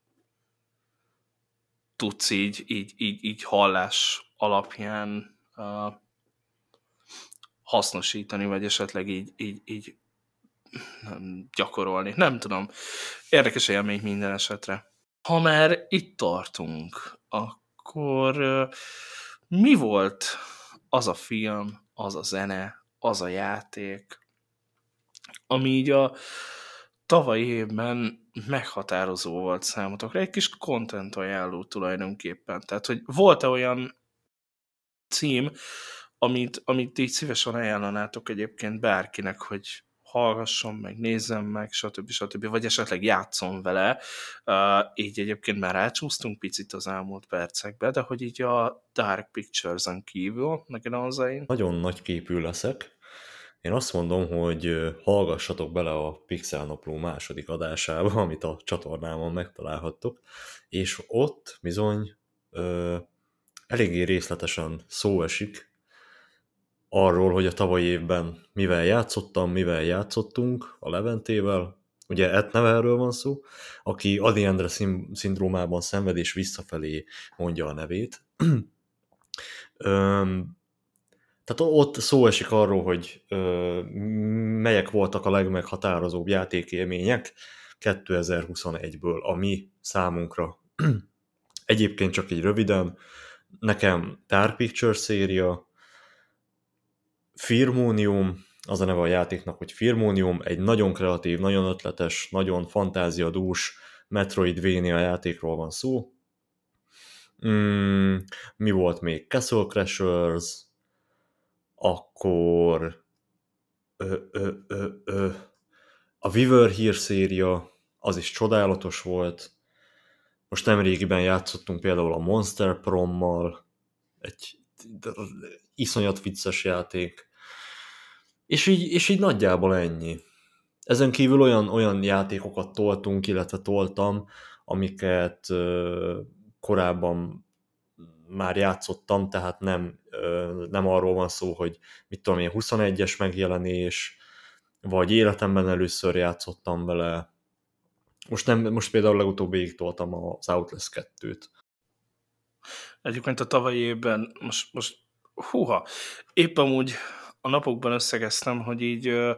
tudsz így, így, így, így hallás alapján uh, hasznosítani, vagy esetleg így, így, így nem, gyakorolni. Nem tudom. Érdekes élmény minden esetre. Ha már itt tartunk, akkor uh, mi volt az a film, az a zene, az a játék, ami így a tavalyi évben meghatározó volt számotokra. Egy kis content ajánló tulajdonképpen. Tehát, hogy volt-e olyan cím, amit, amit így szívesen ajánlanátok egyébként bárkinek, hogy hallgasson meg, nézzem meg, stb. stb. Vagy esetleg játszom vele. Uh, így egyébként már rácsúsztunk picit az elmúlt percekbe, de hogy így a Dark Pictures-en kívül, neked az én... Nagyon nagy képű leszek. Én azt mondom, hogy hallgassatok bele a Pixel Napló második adásába, amit a csatornámon megtalálhattok, és ott bizony ö, eléggé részletesen szó esik arról, hogy a tavalyi évben mivel játszottam, mivel játszottunk a Leventével. Ugye Ed Neverről van szó, aki Adi Endre szindrómában szenved és visszafelé mondja a nevét. Öm, Tehát ott szó esik arról, hogy ö, melyek voltak a legmeghatározóbb játékélmények kétezer-huszonegyből, ami számunkra. Egyébként csak így röviden, nekem Dark Pictures széria, Firmonium, az a neve a játéknak, hogy Firmonium, egy nagyon kreatív, nagyon ötletes, nagyon fantáziadús Metroidvania játékról van szó. Mm, mi volt még? Castle Crashers, akkor ö, ö, ö, ö, a We Were Here széria, az is csodálatos volt. Most nemrégiben játszottunk például a Monster Prommal, egy iszonyat vicces játék. És így, és így nagyjából ennyi. Ezen kívül olyan, olyan játékokat toltunk, illetve toltam, amiket ö, korábban már játszottam, tehát nem, ö, nem arról van szó, hogy mit tudom én, huszonegyes megjelenés, vagy életemben először játszottam vele. Most, nem, most például legutóbb végig toltam az Outlast kettőt. Egyébként a tavalyi évben, most, most húha, épp amúgy a napokban összegeztem, hogy így ö,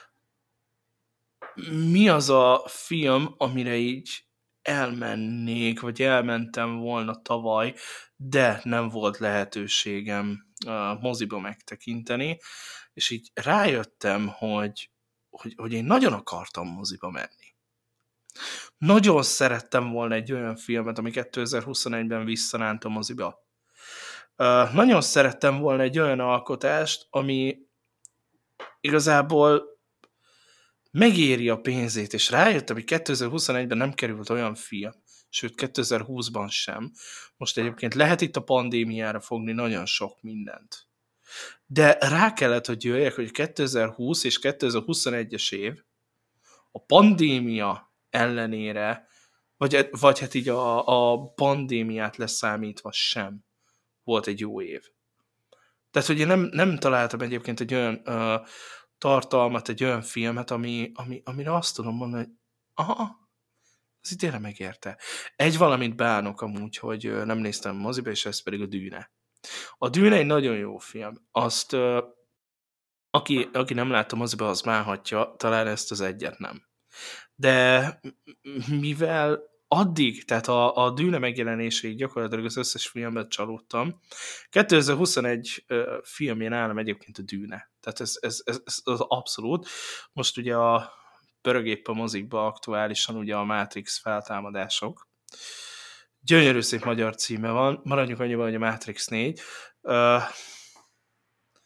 mi az a film, amire így elmennék, vagy elmentem volna tavaly, de nem volt lehetőségem uh, moziba megtekinteni, és így rájöttem, hogy, hogy, hogy én nagyon akartam moziba menni. Nagyon szerettem volna egy olyan filmet, ami kétezer-huszonegyben visszaránt a moziba. Uh, nagyon szerettem volna egy olyan alkotást, ami igazából megéri a pénzét, és rájöttem, hogy kétezer-huszonegyben nem került olyan film, sőt kétezer-húszban sem. Most egyébként lehet itt a pandémiára fogni nagyon sok mindent. De rá kellett, hogy jöjjek, hogy kétezer-húsz és kétezer-huszonegyes év a pandémia ellenére, vagy, vagy hát így a, a pandémiát leszámítva sem volt egy jó év. Tehát, hogy én nem, nem találtam egyébként egy olyan uh, tartalmat, egy olyan filmet, ami, ami, amire azt tudom mondani, hogy aha, ez itt tényleg megérte. Egy valamit bánok amúgy, hogy nem néztem moziba, és ez pedig a Dűne. A Dűne egy nagyon jó film. Azt, uh, aki, aki nem látta moziba, az bánhatja, talán ezt az egyet nem. De mivel addig, tehát a, a Dűne megjelenéséig gyakorlatilag az összes filmet csalódtam. kétezer-huszonegy uh, filmjén állam egyébként a Dűne. Tehát ez, ez, ez, ez az abszolút. Most ugye a pörög épp a mozikba aktuálisan ugye a Matrix feltámadások. Gyönyörű szép magyar címe van. Maradjunk annyiban, hogy a Matrix négy. Uh,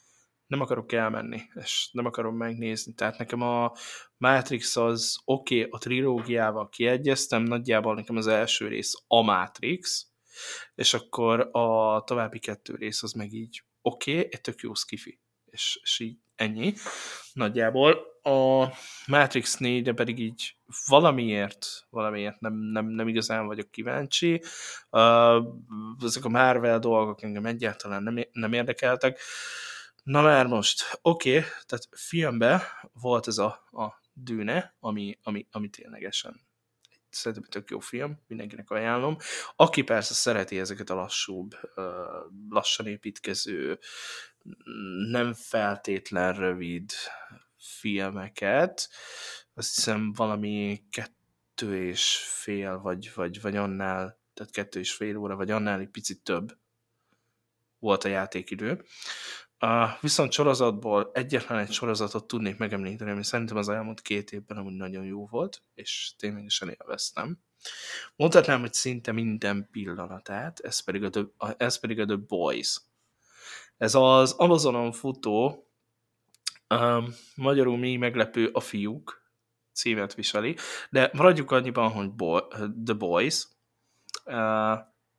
nem akarok elmenni, és nem akarom megnézni. Tehát nekem a Matrix az oké, okay, a trilógiával kiegyeztem, nagyjából nekem az első rész a Matrix, és akkor a további kettő rész az meg így oké, okay, egy tök jó skifi, és, és így ennyi nagyjából. A Matrix négyre pedig így valamiért, valamiért nem, nem, nem igazán vagyok kíváncsi. Uh, ezek a Marvel dolgok engem egyáltalán nem, nem érdekeltek. Na már most, oké, okay, tehát filmben volt ez a, a Dűne, ami, ami, ami ténylegesen szerintem tök jó film, mindenkinek ajánlom. Aki persze szereti ezeket a lassúbb, lassan építkező, nem feltétlen rövid filmeket, azt hiszem valami kettő és fél, vagy, vagy, vagy annál, tehát kettő és fél óra, vagy annál egy picit több volt a játékidő. Uh, viszont sorozatból egyetlen egy sorozatot tudnék megemlíteni, ami szerintem az elmúlt két évben amúgy nagyon jó volt, és ténylegesen élveztem. Mondhatnám, hogy szinte minden pillanatát, ez pedig a The, ez pedig a The Boys. Ez az Amazonon futó, um, magyarul még meglepő a fiúk címet viseli, de maradjuk annyiban, hogy boy, The Boys. Uh,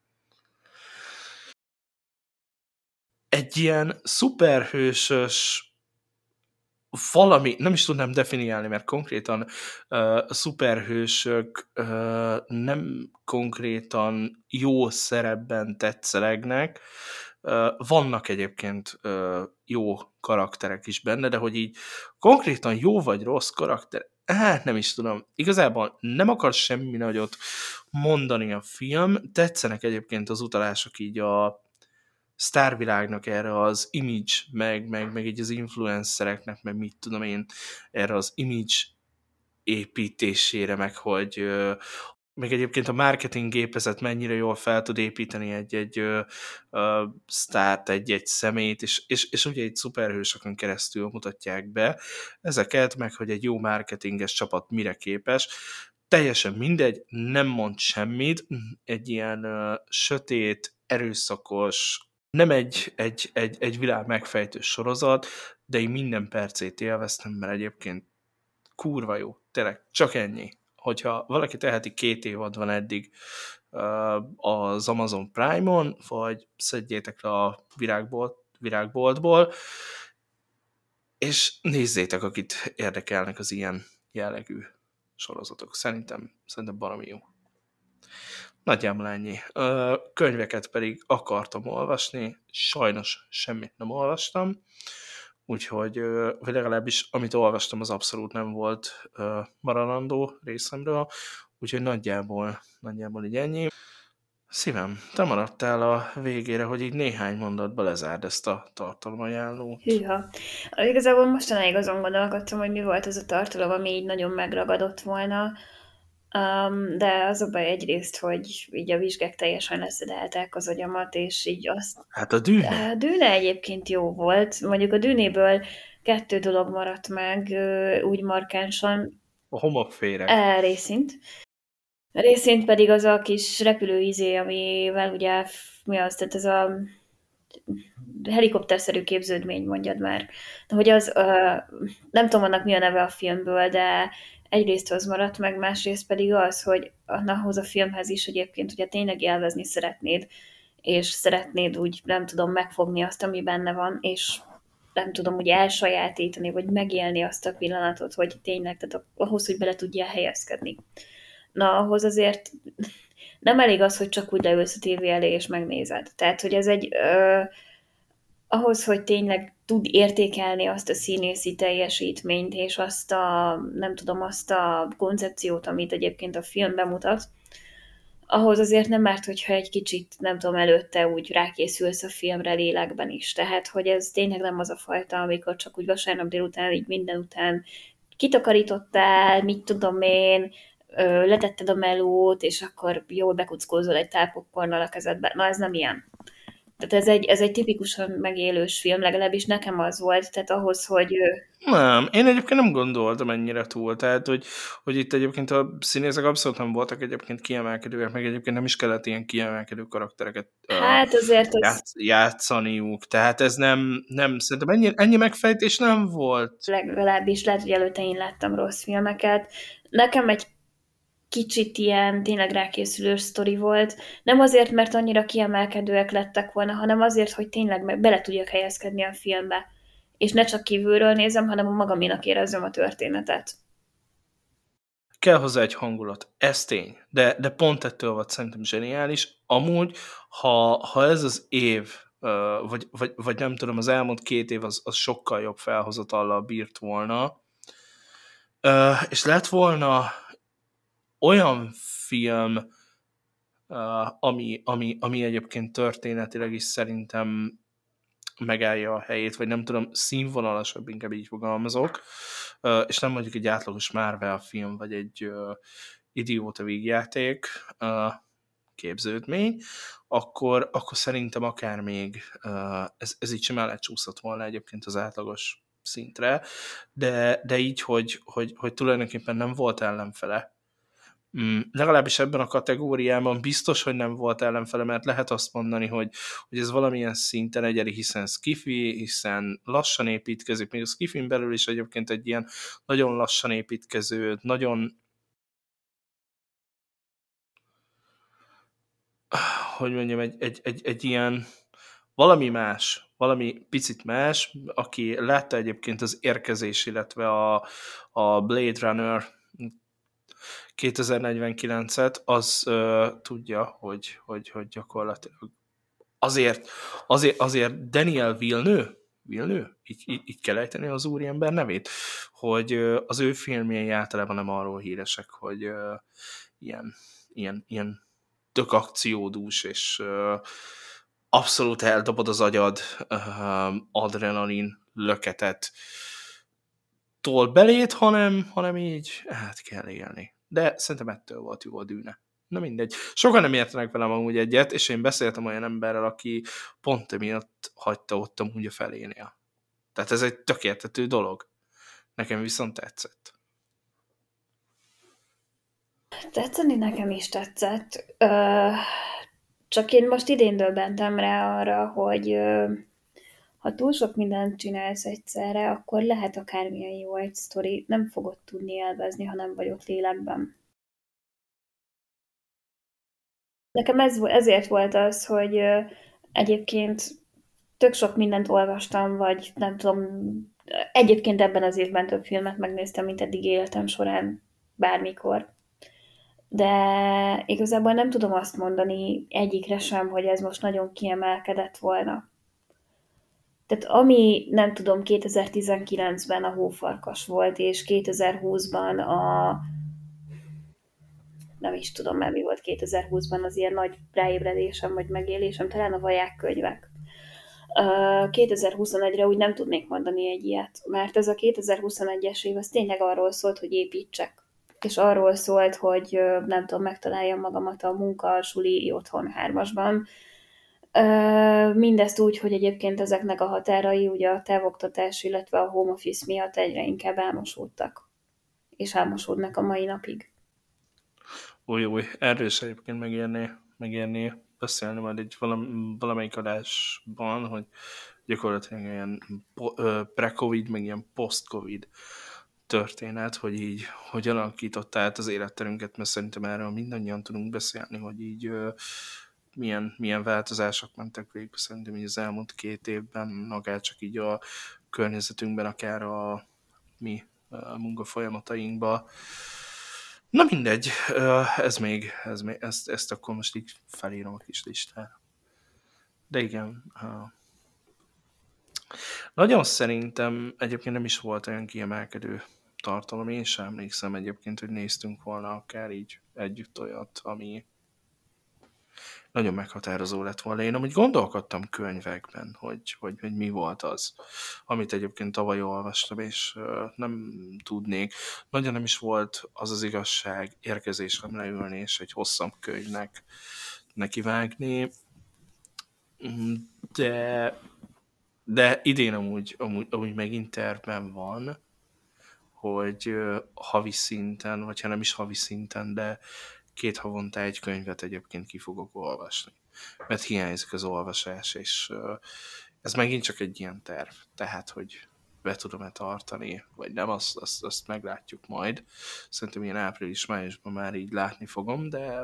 egy ilyen szuperhősös valami, nem is tudnám definiálni, mert konkrétan uh, a szuperhősök uh, nem konkrétan jó szerepben tetszelegnek. Uh, vannak egyébként uh, jó karakterek is benne, de hogy így konkrétan jó vagy rossz karakter, hát nem is tudom. Igazából nem akar semmi nagyot mondani a film. Tetszenek egyébként az utalások így a sztárvilágnak erre az image, meg, meg, meg így az influencereknek, meg mit tudom én, erre az image építésére, meg hogy uh, meg egyébként a marketing gépezet mennyire jól fel tud építeni egy-egy uh, uh, sztárt, egy-egy szemét, és, és, és ugye egy szuperhősökön keresztül mutatják be ezeket, meg hogy egy jó marketinges csapat mire képes. Teljesen mindegy, nem mond semmit, egy ilyen uh, sötét, erőszakos, nem egy, egy, egy, egy világ megfejtő sorozat, de én minden percét élveztem, mert egyébként kurva jó, tényleg, csak ennyi. Hogyha valaki teheti, két évad van eddig uh, az Amazon Prime-on, vagy szedjétek le a virágbolt, virágboltból, és nézzétek, akit érdekelnek az ilyen jellegű sorozatok. Szerintem, szerintem baromi jó. Nagyjából ennyi. Könyveket pedig akartam olvasni, sajnos semmit nem olvastam, úgyhogy, vagy legalábbis amit olvastam, az abszolút nem volt maradandó részemről, úgyhogy nagyjából, nagyjából így ennyi. Szívem, te maradtál a végére, hogy így néhány mondatba lezárd ezt a tartalomajánlót. Hűha. Igazából mostanáig azon gondolkodtam, hogy mi volt az a tartalom, ami így nagyon megragadott volna, Um, de az a baj egyrészt, hogy így a vizsgák teljesen leszedelták az agyamat, és így azt... Hát a Dűne? A Dűne egyébként jó volt. Mondjuk a Dűnéből kettő dolog maradt meg úgy markánsan. A homokféreg. E, részint. Részint pedig az a kis repülőizé, amivel ugye mi az, tehát ez a helikopterszerű képződmény, mondjad már. De hogy az, uh, nem tudom annak mi a neve a filmből, de egyrészt az maradt meg, másrészt pedig az, hogy ahhoz a filmhez is egyébként ugye tényleg élvezni szeretnéd, és szeretnéd úgy, nem tudom, megfogni azt, ami benne van, és nem tudom, úgy elsajátítani, vagy megélni azt a pillanatot, hogy tényleg, tehát ahhoz, hogy bele tudjál helyezkedni. Na, ahhoz azért nem elég az, hogy csak úgy leülsz a tévé elé, és megnézed. Tehát, hogy ez egy... Ö, ahhoz, hogy tényleg tud értékelni azt a színészi teljesítményt, és azt a, nem tudom, azt a koncepciót, amit egyébként a film bemutat, ahhoz azért nem árt, hogyha egy kicsit, nem tudom, előtte úgy rákészülsz a filmre lélekben is. Tehát, hogy ez tényleg nem az a fajta, amikor csak úgy vasárnap délután, így minden után kitakarítottál, mit tudom én, letetted a melót, és akkor jól bekuckózol egy tál popcornnal a kezedbe. Na, ez nem ilyen. Tehát ez egy, ez egy tipikusan megélős film, legalábbis nekem az volt, tehát ahhoz, hogy Nem, én egyébként nem gondoltam ennyire túl, tehát hogy, hogy itt egyébként a színészek abszolút nem voltak egyébként kiemelkedőek, meg egyébként nem is kellett ilyen kiemelkedő karaktereket uh, hát azért az játsz, játszaniuk, tehát ez nem, nem szerintem ennyi, ennyi megfejtés nem volt. legalábbis lehet, hogy előtte én láttam rossz filmeket. Nekem egy kicsit ilyen tényleg rákészülő sztori volt. Nem azért, mert annyira kiemelkedőek lettek volna, hanem azért, hogy tényleg meg bele tudjak helyezkedni a filmbe. És ne csak kívülről nézem, hanem a magaménak érezzem a történetet. Kell hozzá egy hangulat, ez tény, de, de pont ettől volt szerintem zseniális. Amúgy, ha, ha ez az év, vagy, vagy, vagy nem tudom, az elmúlt két év az, az sokkal jobb felhozatallal bírt volna, és lett volna olyan film, ami, ami, ami egyébként történetileg is szerintem megállja a helyét, vagy nem tudom, színvonalasabb, inkább így fogalmazok, és nem mondjuk egy átlagos Marvel film, vagy egy uh, idióta vígjáték uh, képződmény, akkor, akkor szerintem akár még uh, ez, ez így sem lecsúszott volna egyébként az átlagos szintre, de, de így, hogy, hogy, hogy tulajdonképpen nem volt ellenfele. Mm, legalábbis ebben a kategóriában biztos, hogy nem volt ellenfele, mert lehet azt mondani, hogy, hogy ez valamilyen szinten egyedi, hiszen skifi, hiszen lassan építkezik, még a skifin belül is egyébként egy ilyen nagyon lassan építkező, nagyon hogy mondjam, egy, egy, egy, egy ilyen valami más, valami picit más, aki látta egyébként az Érkezés, illetve a, a Blade Runner kétezer-negyvenkilencet, az uh, tudja, hogy, hogy, hogy gyakorlatilag azért, azért, azért Daniel Villeneuve, Villeneuve? Így, így, így kell ejteni az úriember nevét, hogy uh, az ő filmjei általában nem arról híresek, hogy uh, ilyen, ilyen, ilyen tök akciódús, és uh, abszolút eldobod az agyad uh, adrenalin löketet tol belét, hanem, hanem így hát kell élni. De szerintem ettől volt jó a Dűne. Na mindegy. Sokan nem értenek velem amúgy egyet, és én beszéltem olyan emberrel, aki pont emiatt hagyta ott amúgy a felénél. Tehát ez egy tök értető dolog. Nekem viszont tetszett. Tetszeni nekem is tetszett. Ö, csak én most idén döbbentem rá arra, hogy ö, ha túl sok mindent csinálsz egyszerre, akkor lehet akármilyen jó egy sztori, nem fogod tudni élvezni, ha nem vagy ott lélekben. Nekem ez, ezért volt az, hogy ö, egyébként tök sok mindent olvastam, vagy nem tudom, egyébként ebben az évben több filmet megnéztem, mint eddig életem során bármikor. De igazából nem tudom azt mondani egyikre sem, hogy ez most nagyon kiemelkedett volna. Tehát ami, nem tudom, kétezer-tizenkilencben a Hófarkas volt, és kétezer-húszban a... nem is tudom már mi volt kétezer-húszban az ilyen nagy ráébredésem, vagy megélésem, talán a Vaják könyvek. kétezer-huszonegyre úgy nem tudnék mondani egy ilyet, mert ez a kétezer-huszonegyes év az tényleg arról szólt, hogy építsek. És arról szólt, hogy nem tudom, megtaláljam magamat a munka, a suli, otthon hármasban. Mindezt úgy, hogy egyébként ezeknek a határai ugye a távoktatás, illetve a home office miatt egyre inkább elmosódtak. És elmosódnak a mai napig. Új, új, erről is egyébként megérné, megérné beszélni majd egy valam, valamelyik adásban, hogy gyakorlatilag ilyen pre-covid, meg ilyen post-covid történet, hogy így hogyan alakította át az életterünket, mert szerintem erről mindannyian tudunk beszélni, hogy így ö, milyen, milyen változások mentek végbe szerintem így az elmúlt két évben, akár csak így a környezetünkben, akár a mi a munkafolyamatainkban. Na mindegy, ez még, ez még ezt, ezt akkor most így felírom a kis listára. De igen, nagyon szerintem egyébként nem is volt olyan kiemelkedő tartalom. Én sem emlékszem egyébként, hogy néztünk volna akár így együtt olyat, ami nagyon meghatározó lett volna. Én amúgy gondolkodtam könyvekben, hogy, hogy, hogy mi volt az, amit egyébként tavaly olvastam, és uh, nem tudnék. Nagyon nem is volt az az igazság érkezésre leülni, és egy hosszabb könyvnek nekivágni. de, de idén amúgy, amúgy, amúgy megint tervben van, hogy ö, havi szinten, vagy ha nem is havi szinten, de két havonta egy könyvet egyébként ki fogok olvasni. Mert hiányzik az olvasás, és ö, ez megint csak egy ilyen terv. Tehát, hogy be tudom-e tartani, vagy nem, azt, azt, azt meglátjuk majd. Szerintem ilyen április-májusban már így látni fogom, de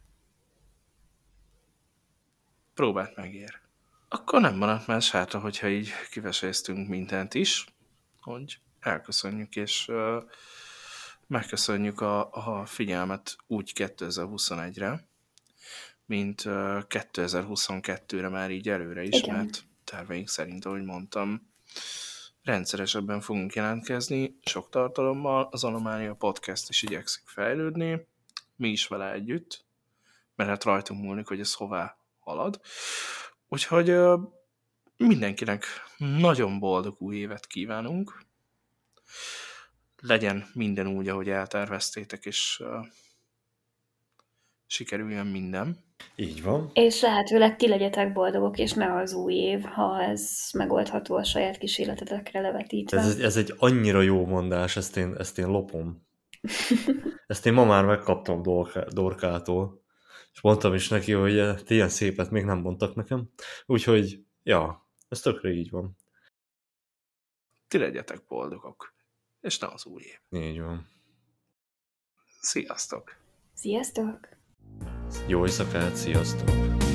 próbát megér. Akkor nem maradt más hátra, hogyha így kiveséztünk mindent is, hogy elköszönjük, és uh, megköszönjük a, a figyelmet úgy kétezer-huszonegyre, mint uh, kétezer-huszonkettőre már így előre is, Igen. mert terveink szerint, ahogy mondtam, rendszeresebben fogunk jelentkezni, sok tartalommal, az Anomália Podcast is igyekszik fejlődni, mi is vele együtt, mert hát rajtunk múlik, hogy ez hová halad. Úgyhogy uh, mindenkinek nagyon boldog új évet kívánunk. Legyen minden úgy, ahogy elterveztétek, és uh, sikerüljön minden. Így van. És lehetőleg ti legyetek boldogok, és ne az új év, ha ez megoldható a saját kis életetekre levetítve. Ez, ez egy annyira jó mondás, ezt én, ezt én lopom. Ezt én ma már megkaptam Dorka, Dorkától, és mondtam is neki, hogy ti ilyen szépet még nem mondtak nekem. Úgyhogy, ja, ez tökre így van. Ti legyetek boldogok, és ne az új év. Így van. Sziasztok! Sziasztok! Jó éjszakát, sziasztok!